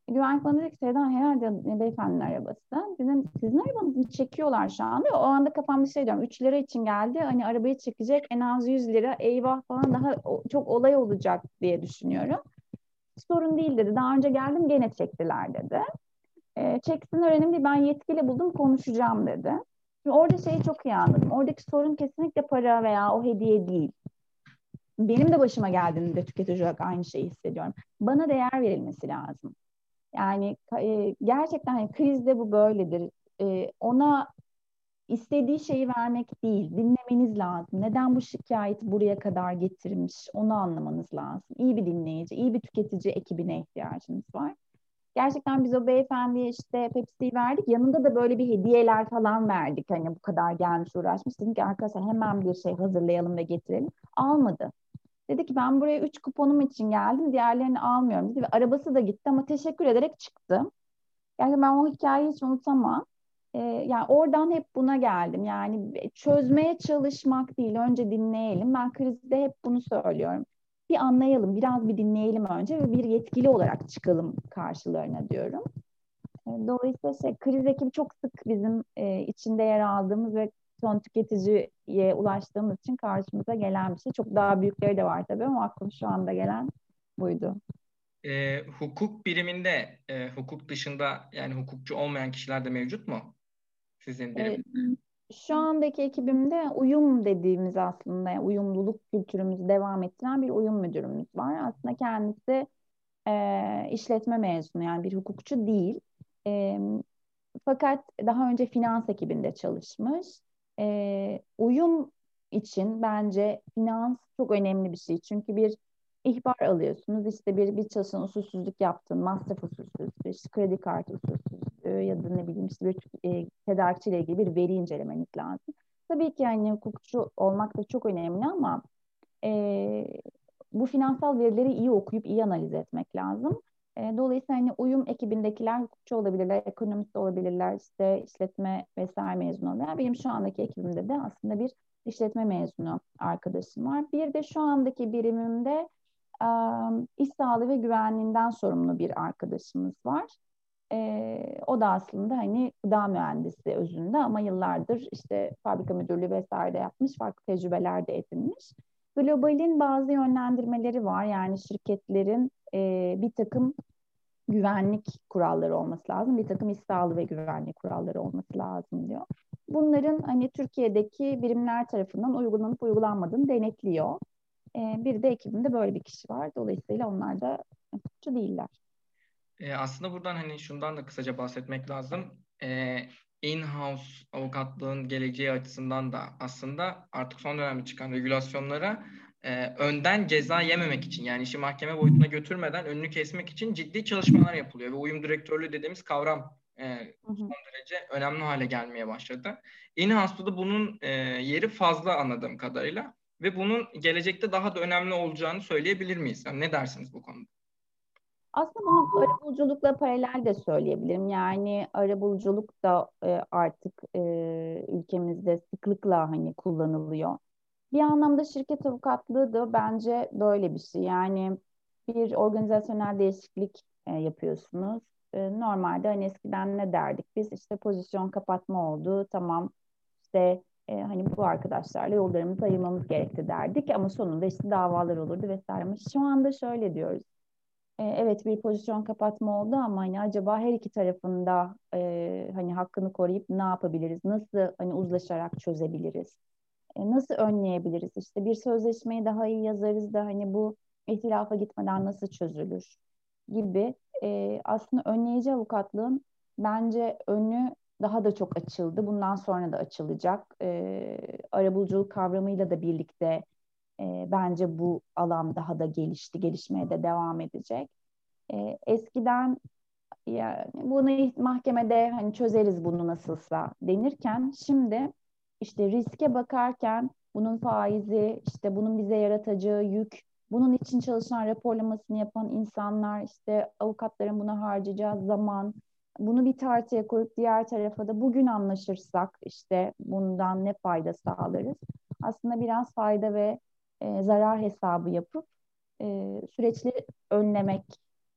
Güvenlik bana dedi ki Sevda herhalde beyefendinin arabası. Dedim sizin arabanızı çekiyorlar şu anda. O anda kafamda şey diyorum 3 lira için geldi. Hani arabayı çekecek en az 100 lira eyvah falan daha çok olay olacak diye düşünüyorum. Sorun değil dedi. Daha önce geldim gene çektiler dedi. Çeksinler önemli değil ben yetkili buldum konuşacağım dedi. Şimdi orada şeyi çok iyi anladım. Oradaki sorun kesinlikle para veya o hediye değil. Benim de başıma geldiğinde tüketici olarak aynı şeyi hissediyorum. Bana değer verilmesi lazım. Yani gerçekten hani krizde bu böyledir. Ona istediği şeyi vermek değil, dinlemeniz lazım. Neden bu şikayeti buraya kadar getirmiş, onu anlamanız lazım. İyi bir dinleyici, iyi bir tüketici ekibine ihtiyacınız var. Gerçekten biz o beyefendiye işte Pepsi'yi verdik. Yanında da böyle bir hediyeler falan verdik. Hani bu kadar gelmiş uğraşmış. Dedim ki arkadaşlar hemen bir şey hazırlayalım ve getirelim. Almadı. Dedi ki ben buraya 3 kuponum için geldim. Diğerlerini almıyorum dedi. Ve arabası da gitti ama teşekkür ederek çıktı. Yani ben o hikayeyi hiç unutamam. Yani oradan hep buna geldim. Yani çözmeye çalışmak değil, önce dinleyelim. Ben krizde hep bunu söylüyorum. Bir anlayalım, biraz bir dinleyelim önce ve bir yetkili olarak çıkalım karşılarına diyorum. Dolayısıyla kriz ekibi çok sık bizim içinde yer aldığımız ve son tüketiciye ulaştığımız için karşımıza gelen bir şey. Çok daha büyükleri de var tabii ama aklıma şu anda gelen buydu. Hukuk biriminde hukuk dışında yani hukukçu olmayan kişiler de mevcut mu sizin E, biriminizde? Şu andaki ekibimde uyum dediğimiz aslında yani uyumluluk kültürümüzü devam ettiren bir uyum müdürümüz var. Aslında kendisi işletme mezunu yani bir hukukçu değil. E, Fakat daha önce finans ekibinde çalışmış. Uyum için bence finans çok önemli bir şey. Çünkü bir ihbar alıyorsunuz. İşte bir çalışan usulsüzlük yaptın, masraf usulsüzlüğü, işte kredi kartı usulsüzlüğü ya da ne bileyim işte bir tedarikçiyle ilgili bir veri incelemeniz lazım. Tabii ki yani hukukçu olmak da çok önemli ama e, bu finansal verileri iyi okuyup iyi analiz etmek lazım. Dolayısıyla hani uyum ekibindekiler hukukçu olabilirler, ekonomist olabilirler, işte işletme vesaire mezunu olabilirler. Benim şu andaki ekibimde de aslında bir işletme mezunu arkadaşım var. Bir de şu andaki birimimde iş sağlığı ve güvenliğinden sorumlu bir arkadaşımız var. O da aslında hani gıda mühendisi özünde ama yıllardır işte fabrika müdürlüğü vesaire de yapmış, farklı tecrübeler de edinmiş. Globalin bazı yönlendirmeleri var. Yani şirketlerin bir takım güvenlik kuralları olması lazım. Bir takım iş sağlığı ve güvenlik kuralları olması lazım diyor. Bunların hani Türkiye'deki birimler tarafından uygulanıp uygulanmadığını denetliyor. Bir de ekibimde böyle bir kişi var. Dolayısıyla onlar da hukukçu değiller. Aslında buradan hani şundan da kısaca bahsetmek lazım. In-house avukatlığın geleceği açısından da aslında artık son dönemde çıkan regülasyonlara önden ceza yememek için yani işi mahkeme boyutuna götürmeden önünü kesmek için ciddi çalışmalar yapılıyor ve uyum direktörlüğü dediğimiz kavram son derece önemli hale gelmeye başladı. In-house'da da bunun yeri fazla anladığım kadarıyla ve bunun gelecekte daha da önemli olacağını söyleyebilir miyiz? Yani ne dersiniz bu konuda? Aslında bunu arabuluculukla paralel de söyleyebilirim. Yani arabuluculuk da artık ülkemizde sıklıkla hani kullanılıyor. Bir anlamda şirket avukatlığı da bence böyle bir şey. Yani bir organizasyonel değişiklik yapıyorsunuz. Normalde hani eskiden ne derdik biz? İşte pozisyon kapatma oldu. Tamam işte hani bu arkadaşlarla yollarımızı ayırmamız gerekti derdik. Ama sonunda işte davalar olurdu vesaire. Ama şu anda şöyle diyoruz. Evet bir pozisyon kapatma oldu ama hani acaba her iki tarafında hani hakkını koruyup ne yapabiliriz? Nasıl hani uzlaşarak çözebiliriz? Nasıl önleyebiliriz? İşte bir sözleşmeyi daha iyi yazarız da hani bu ihtilafa gitmeden nasıl çözülür gibi aslında önleyici avukatlığın bence önü daha da çok açıldı. Bundan sonra da açılacak. Arabuluculuk kavramıyla da birlikte bence bu alan daha da gelişti, gelişmeye de devam edecek. Eskiden yani bunu mahkemede hani çözeriz bunu nasılsa denirken şimdi işte riske bakarken bunun faizi, işte bunun bize yaratacağı yük, bunun için çalışan raporlamasını yapan insanlar, işte avukatların buna harcayacağı zaman, bunu bir tartıya koyup diğer tarafa da bugün anlaşırsak işte bundan ne fayda sağlarız? Aslında biraz fayda ve zarar hesabı yapıp süreçleri önlemek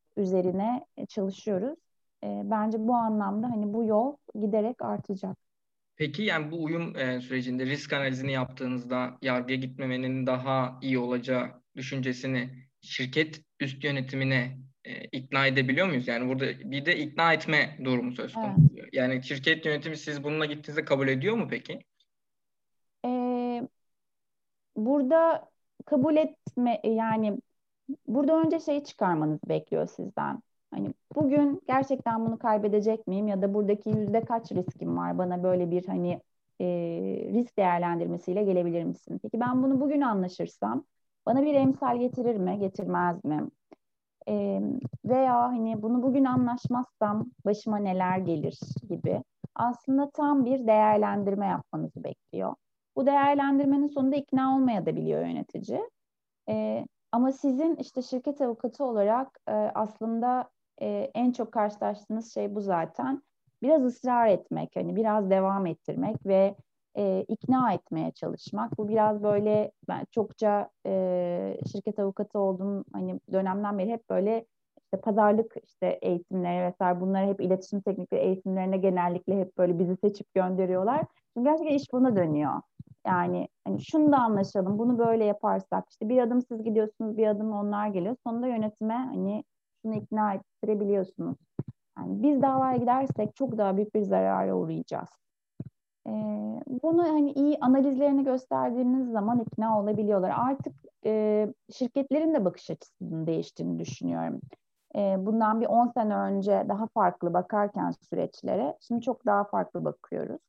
üzerine çalışıyoruz. Bence bu anlamda hani bu yol giderek artacak. Peki yani bu uyum sürecinde risk analizini yaptığınızda yargıya gitmemenin daha iyi olacağı düşüncesini şirket üst yönetimine ikna edebiliyor muyuz? Yani burada bir de ikna etme durumu söz konusu. Evet. Yani şirket yönetimi siz bununla gittiğinizde kabul ediyor mu peki? Ee, Burada kabul etme yani burada önce şeyi çıkarmanızı bekliyor sizden. Hani bugün gerçekten bunu kaybedecek miyim ya da buradaki yüzde kaç riskim var, bana böyle bir hani e, risk değerlendirmesiyle gelebilir misin? Peki ben bunu bugün anlaşırsam bana bir emsal getirir mi, getirmez mi? E, Veya hani bunu bugün anlaşmazsam başıma neler gelir gibi. Aslında tam bir değerlendirme yapmanızı bekliyor. Bu değerlendirmenin sonunda ikna olmayabiliyor yönetici. Ama sizin işte şirket avukatı olarak aslında en çok karşılaştığınız şey bu zaten. Biraz ısrar etmek, hani biraz devam ettirmek ve ikna etmeye çalışmak. Bu biraz böyle ben çokça şirket avukatı olduğum hani dönemden beri hep böyle işte pazarlık işte eğitimleri vesaire bunları hep iletişim teknikleri eğitimlerine genellikle hep böyle bizi seçip gönderiyorlar. Çünkü gerçekten iş buna dönüyor. Yani hani şunu da anlaşalım, bunu böyle yaparsak işte bir adım siz gidiyorsunuz, bir adım onlar geliyor. Sonunda yönetime hani şunu ikna ettirebiliyorsunuz. Yani biz davaya gidersek çok daha büyük bir zarara uğrayacağız. Bunu hani iyi analizlerini gösterdiğiniz zaman ikna olabiliyorlar. Artık şirketlerin de bakış açısının değiştiğini düşünüyorum. Bundan bir 10 sene önce daha farklı bakarken süreçlere, şimdi çok daha farklı bakıyoruz.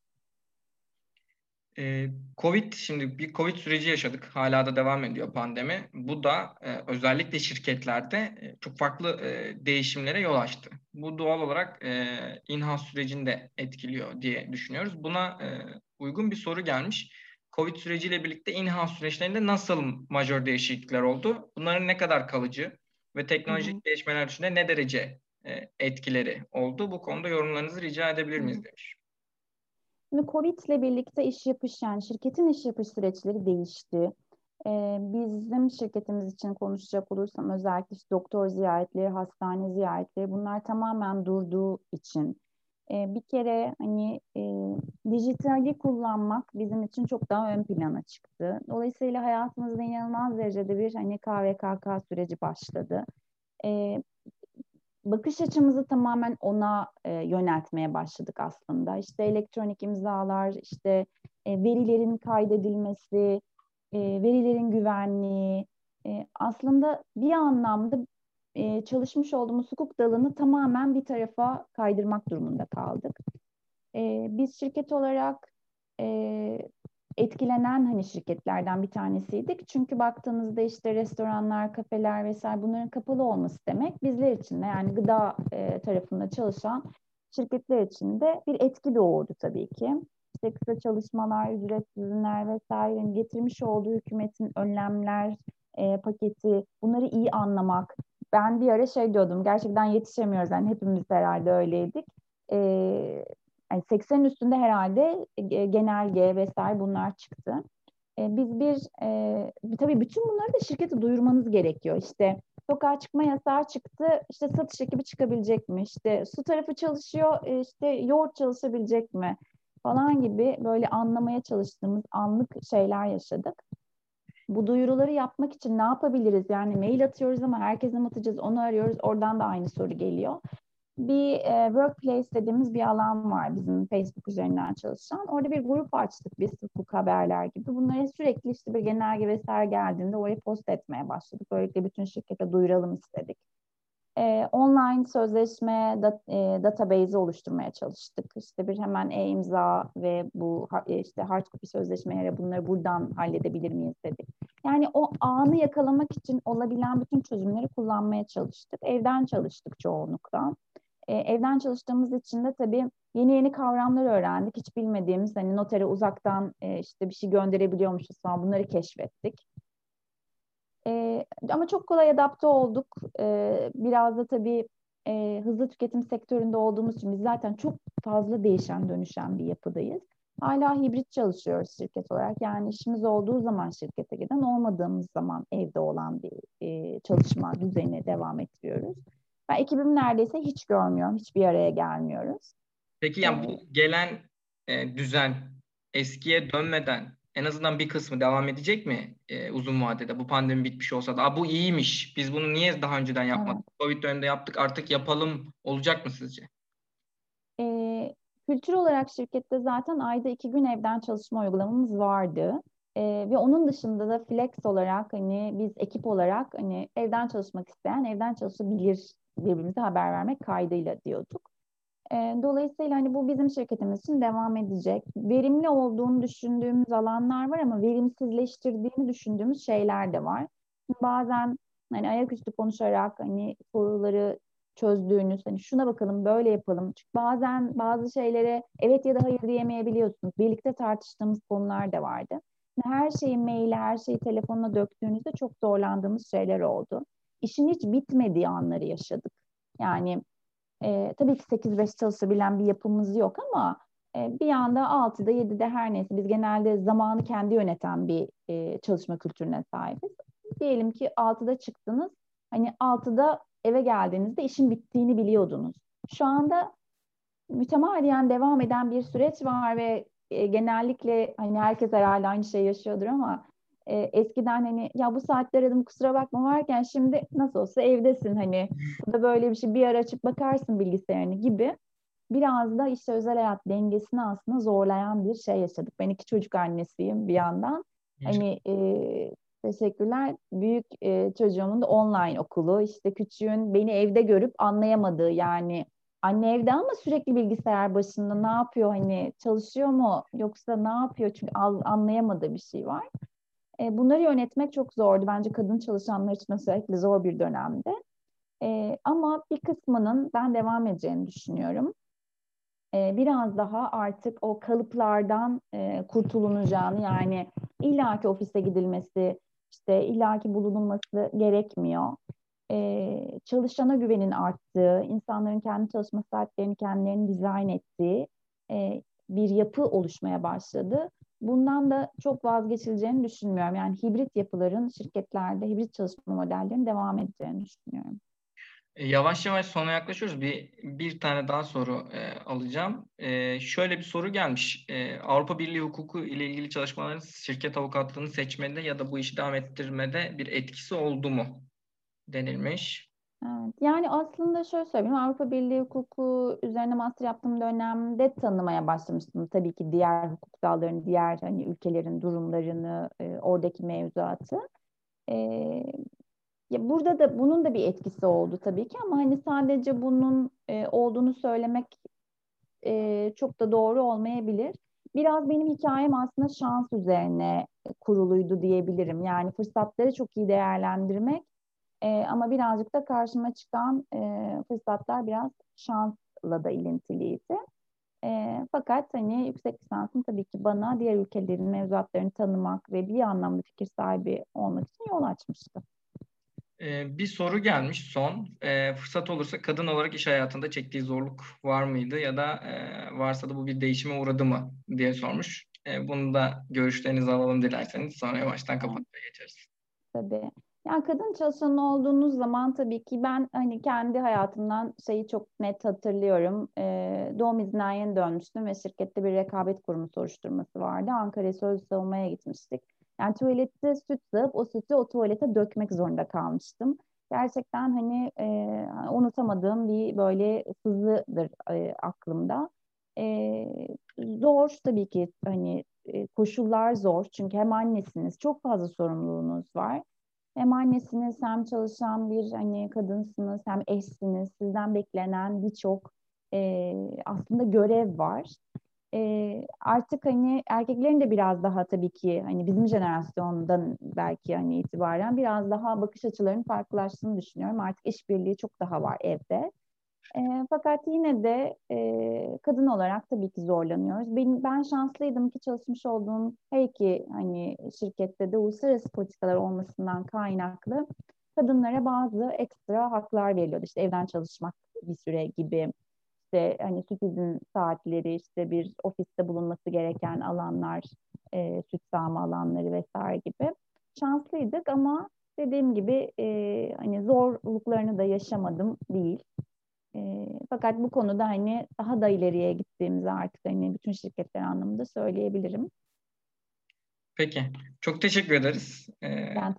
Covid, şimdi bir Covid süreci yaşadık. Hala da devam ediyor pandemi. Bu da özellikle şirketlerde çok farklı değişimlere yol açtı. Bu doğal olarak in-house sürecini de etkiliyor diye düşünüyoruz. Buna uygun bir soru gelmiş. Covid süreciyle birlikte in-house süreçlerinde nasıl majör değişiklikler oldu? Bunların ne kadar kalıcı ve Hı hı. teknolojik gelişmeler dışında ne derece etkileri oldu? Bu konuda yorumlarınızı rica edebilir Hı miyiz hı. demiş. Şimdi Covid ile birlikte iş yapış yani şirketin iş yapış süreçleri değişti. Bizim şirketimiz için konuşacak olursam özellikle işte doktor ziyaretleri, hastane ziyaretleri bunlar tamamen durduğu için bir kere hani dijitali kullanmak bizim için çok daha ön plana çıktı. Dolayısıyla hayatımızda inanılmaz derecede bir hani KVKK süreci başladı. E, Bakış açımızı tamamen ona yöneltmeye başladık aslında. İşte elektronik imzalar, işte verilerin kaydedilmesi, verilerin güvenliği, aslında bir anlamda çalışmış olduğumuz hukuk dalını tamamen bir tarafa kaydırmak durumunda kaldık. Biz şirket olarak e, etkilenen hani şirketlerden bir tanesiydik. Çünkü baktığınızda işte restoranlar, kafeler vesaire bunların kapalı olması demek bizler için de yani gıda tarafında çalışan şirketler için de bir etki doğurdu tabii ki. İşte kısa çalışmalar, ücretsiz izinler vesaire yani getirmiş olduğu hükümetin önlemler paketi bunları iyi anlamak. Ben bir ara şey diyordum gerçekten yetişemiyoruz yani hepimiz herhalde öyleydik. E, Yani 80'in üstünde herhalde genelge vesaire bunlar çıktı. Tabii bütün bunları da şirkete duyurmanız gerekiyor. İşte sokağa çıkma yasağı çıktı. İşte satış ekibi çıkabilecek mi? İşte su tarafı çalışıyor. İşte yoğurt çalışabilecek mi? Falan gibi böyle anlamaya çalıştığımız anlık şeyler yaşadık. Bu duyuruları yapmak için ne yapabiliriz? Yani mail atıyoruz ama herkese mi atacağız? Onu arıyoruz. Oradan da aynı soru geliyor. Bir workplace dediğimiz bir alan var bizim Facebook üzerinden çalışan. Orada bir grup açtık biz hukuk haberler gibi. Bunları sürekli işte bir genelge vesaire geldiğinde oraya post etmeye başladık. Böylelikle bütün şirkete duyuralım istedik. Online sözleşme database oluşturmaya çalıştık. İşte bir hemen e-imza ve bu işte hard copy sözleşmeleri bunları buradan halledebilir miyiz dedik. Yani o anı yakalamak için olabilen bütün çözümleri kullanmaya çalıştık. Evden çalıştık çoğunlukla. Evden çalıştığımız için de tabii yeni kavramlar öğrendik. Hiç bilmediğimiz hani notere uzaktan işte bir şey gönderebiliyormuşuz falan bunları keşfettik. Ama çok kolay adapte olduk. Biraz da tabii hızlı tüketim sektöründe olduğumuz için biz zaten çok fazla değişen dönüşen bir yapıdayız. Hala hibrit çalışıyoruz şirket olarak. Yani işimiz olduğu zaman şirkete giden, olmadığımız zaman evde olan bir çalışma düzeni devam ettiriyoruz. Ben ekibimi neredeyse hiç görmüyorum. Hiçbir araya gelmiyoruz. Peki yani bu gelen düzen eskiye dönmeden en azından bir kısmı devam edecek mi uzun vadede? Bu pandemi bitmiş olsa da, bu iyiymiş, biz bunu niye daha önceden Evet. yapmadık? Covid döneminde yaptık, artık yapalım olacak mı sizce? Kültür olarak şirkette zaten ayda 2 gün evden çalışma uygulamamız vardı. Ve onun dışında da flex olarak hani biz ekip olarak hani evden çalışmak isteyen evden çalışabilir, birbirimize haber vermek kaydıyla diyorduk. Dolayısıyla hani bu bizim şirketimiz için devam edecek. Verimli olduğunu düşündüğümüz alanlar var ama verimsizleştirdiğini düşündüğümüz şeyler de var. Bazen hani ayaküstü konuşarak hani soruları çözdüğünüz, hani şuna bakalım böyle yapalım. Çünkü bazen bazı şeylere evet ya da hayır diyemeyebiliyorsunuz. Birlikte tartıştığımız konular da vardı. Her şeyi maile, her şeyi telefonuna döktüğünüzde çok zorlandığımız şeyler oldu. İşin hiç bitmediği anları yaşadık. Yani tabii ki 8-5 çalışabilen bir yapımız yok ama bir anda 6'da 7'de her neyse biz genelde zamanı kendi yöneten bir çalışma kültürüne sahibiz. Diyelim ki 6'da çıktınız. Hani 6'da eve geldiğinizde işin bittiğini biliyordunuz. Şu anda mütemadiyen devam eden bir süreç var ve genellikle hani herkes herhalde aynı şeyi yaşıyordur ama eskiden hani ya bu saatte aradım kusura bakma varken şimdi nasıl olsa evdesin hani bu da böyle bir şey bir ara açıp bakarsın bilgisayarını gibi biraz da işte özel hayat dengesini aslında zorlayan bir şey yaşadık. Ben 2 çocuk annesiyim bir yandan. Hani teşekkürler. Büyük çocuğumun da online okulu. İşte küçüğün beni evde görüp anlayamadığı yani anne evde ama sürekli bilgisayar başında ne yapıyor hani çalışıyor mu yoksa ne yapıyor çünkü anlayamadığı bir şey var. Bunları yönetmek çok zordu. Bence kadın çalışanlar için özellikle zor bir dönemde. Ama bir kısmının ben devam edeceğini düşünüyorum. Biraz daha artık o kalıplardan kurtulunacağını yani illaki ofise gidilmesi, işte illaki bulunulması gerekmiyor. Çalışana güvenin arttığı, insanların kendi çalışma saatlerini kendilerinin dizayn ettiği bir yapı oluşmaya başladı. Bundan da çok vazgeçileceğini düşünmüyorum. Yani hibrit yapıların şirketlerde, hibrit çalışma modellerinin devam edeceğini düşünüyorum. Yavaş yavaş sona yaklaşıyoruz. Bir tane daha soru alacağım. Şöyle bir soru gelmiş. Avrupa Birliği hukuku ile ilgili çalışmaların şirket avukatlığını seçmede ya da bu işi devam ettirmede bir etkisi oldu mu denilmiş. Evet, yani aslında şöyle söyleyeyim, Avrupa Birliği hukuku üzerine master yaptığım dönemde tanımaya başlamıştım. Tabii ki diğer hukuk dallarını, diğer hani ülkelerin durumlarını, oradaki mevzuatı. E, Ya burada da bunun da bir etkisi oldu tabii ki ama hani sadece bunun olduğunu söylemek çok da doğru olmayabilir. Biraz benim hikayem aslında şans üzerine kuruluydu diyebilirim. Yani fırsatları çok iyi değerlendirmek ama birazcık da karşıma çıkan fırsatlar biraz şansla da ilintiliydi. Fakat hani yüksek lisansım tabii ki bana diğer ülkelerin mevzuatlarını tanımak ve bir anlamda fikir sahibi olmak için yol açmıştı. Bir soru gelmiş son. Fırsat olursa kadın olarak iş hayatında çektiği zorluk var mıydı ya da varsa da bu bir değişime uğradı mı diye sormuş. Bunu da görüşlerinizi alalım dilerseniz. Sonra yavaştan kapatmaya geçeriz. Tabii. Yani kadın çalışan olduğunuz zaman tabii ki ben hani kendi hayatımdan şeyi çok net hatırlıyorum. Doğum izinden yeni dönmüştüm ve şirkette bir rekabet kurumu soruşturması vardı. Ankara'ya söz savunmaya gitmiştik. Yani tuvalette süt sığıp o sütü o tuvalete dökmek zorunda kalmıştım. Gerçekten hani unutamadığım bir böyle sızıdır aklımda. Zor tabii ki hani koşullar zor çünkü hem annesiniz çok fazla sorumluluğunuz var. Hem annesiniz hem çalışan bir hani kadınsınız hem eşsiniz. Sizden beklenen birçok aslında görev var. Artık hani erkeklerin de biraz daha tabii ki hani bizim jenerasyondan belki hani itibaren biraz daha bakış açılarının farklılaştığını düşünüyorum. Artık işbirliği çok daha var evde. Fakat yine de kadın olarak tabii ki zorlanıyoruz. Ben şanslıydım ki çalışmış olduğum her iki hani şirkette de uluslararası politikalar olmasından kaynaklı kadınlara bazı ekstra haklar veriliyordu. İşte evden çalışmak bir süre gibi, işte hani süt izin saatleri, işte bir ofiste bulunması gereken alanlar, süt sağma alanları vesaire gibi. Şanslıydık ama Dediğim gibi hani zorluklarını da yaşamadım değil. Fakat bu konuda hani daha da ileriye gittiğimizi artık hani bütün şirketler anlamında söyleyebilirim. Peki. Çok teşekkür ederiz. Ben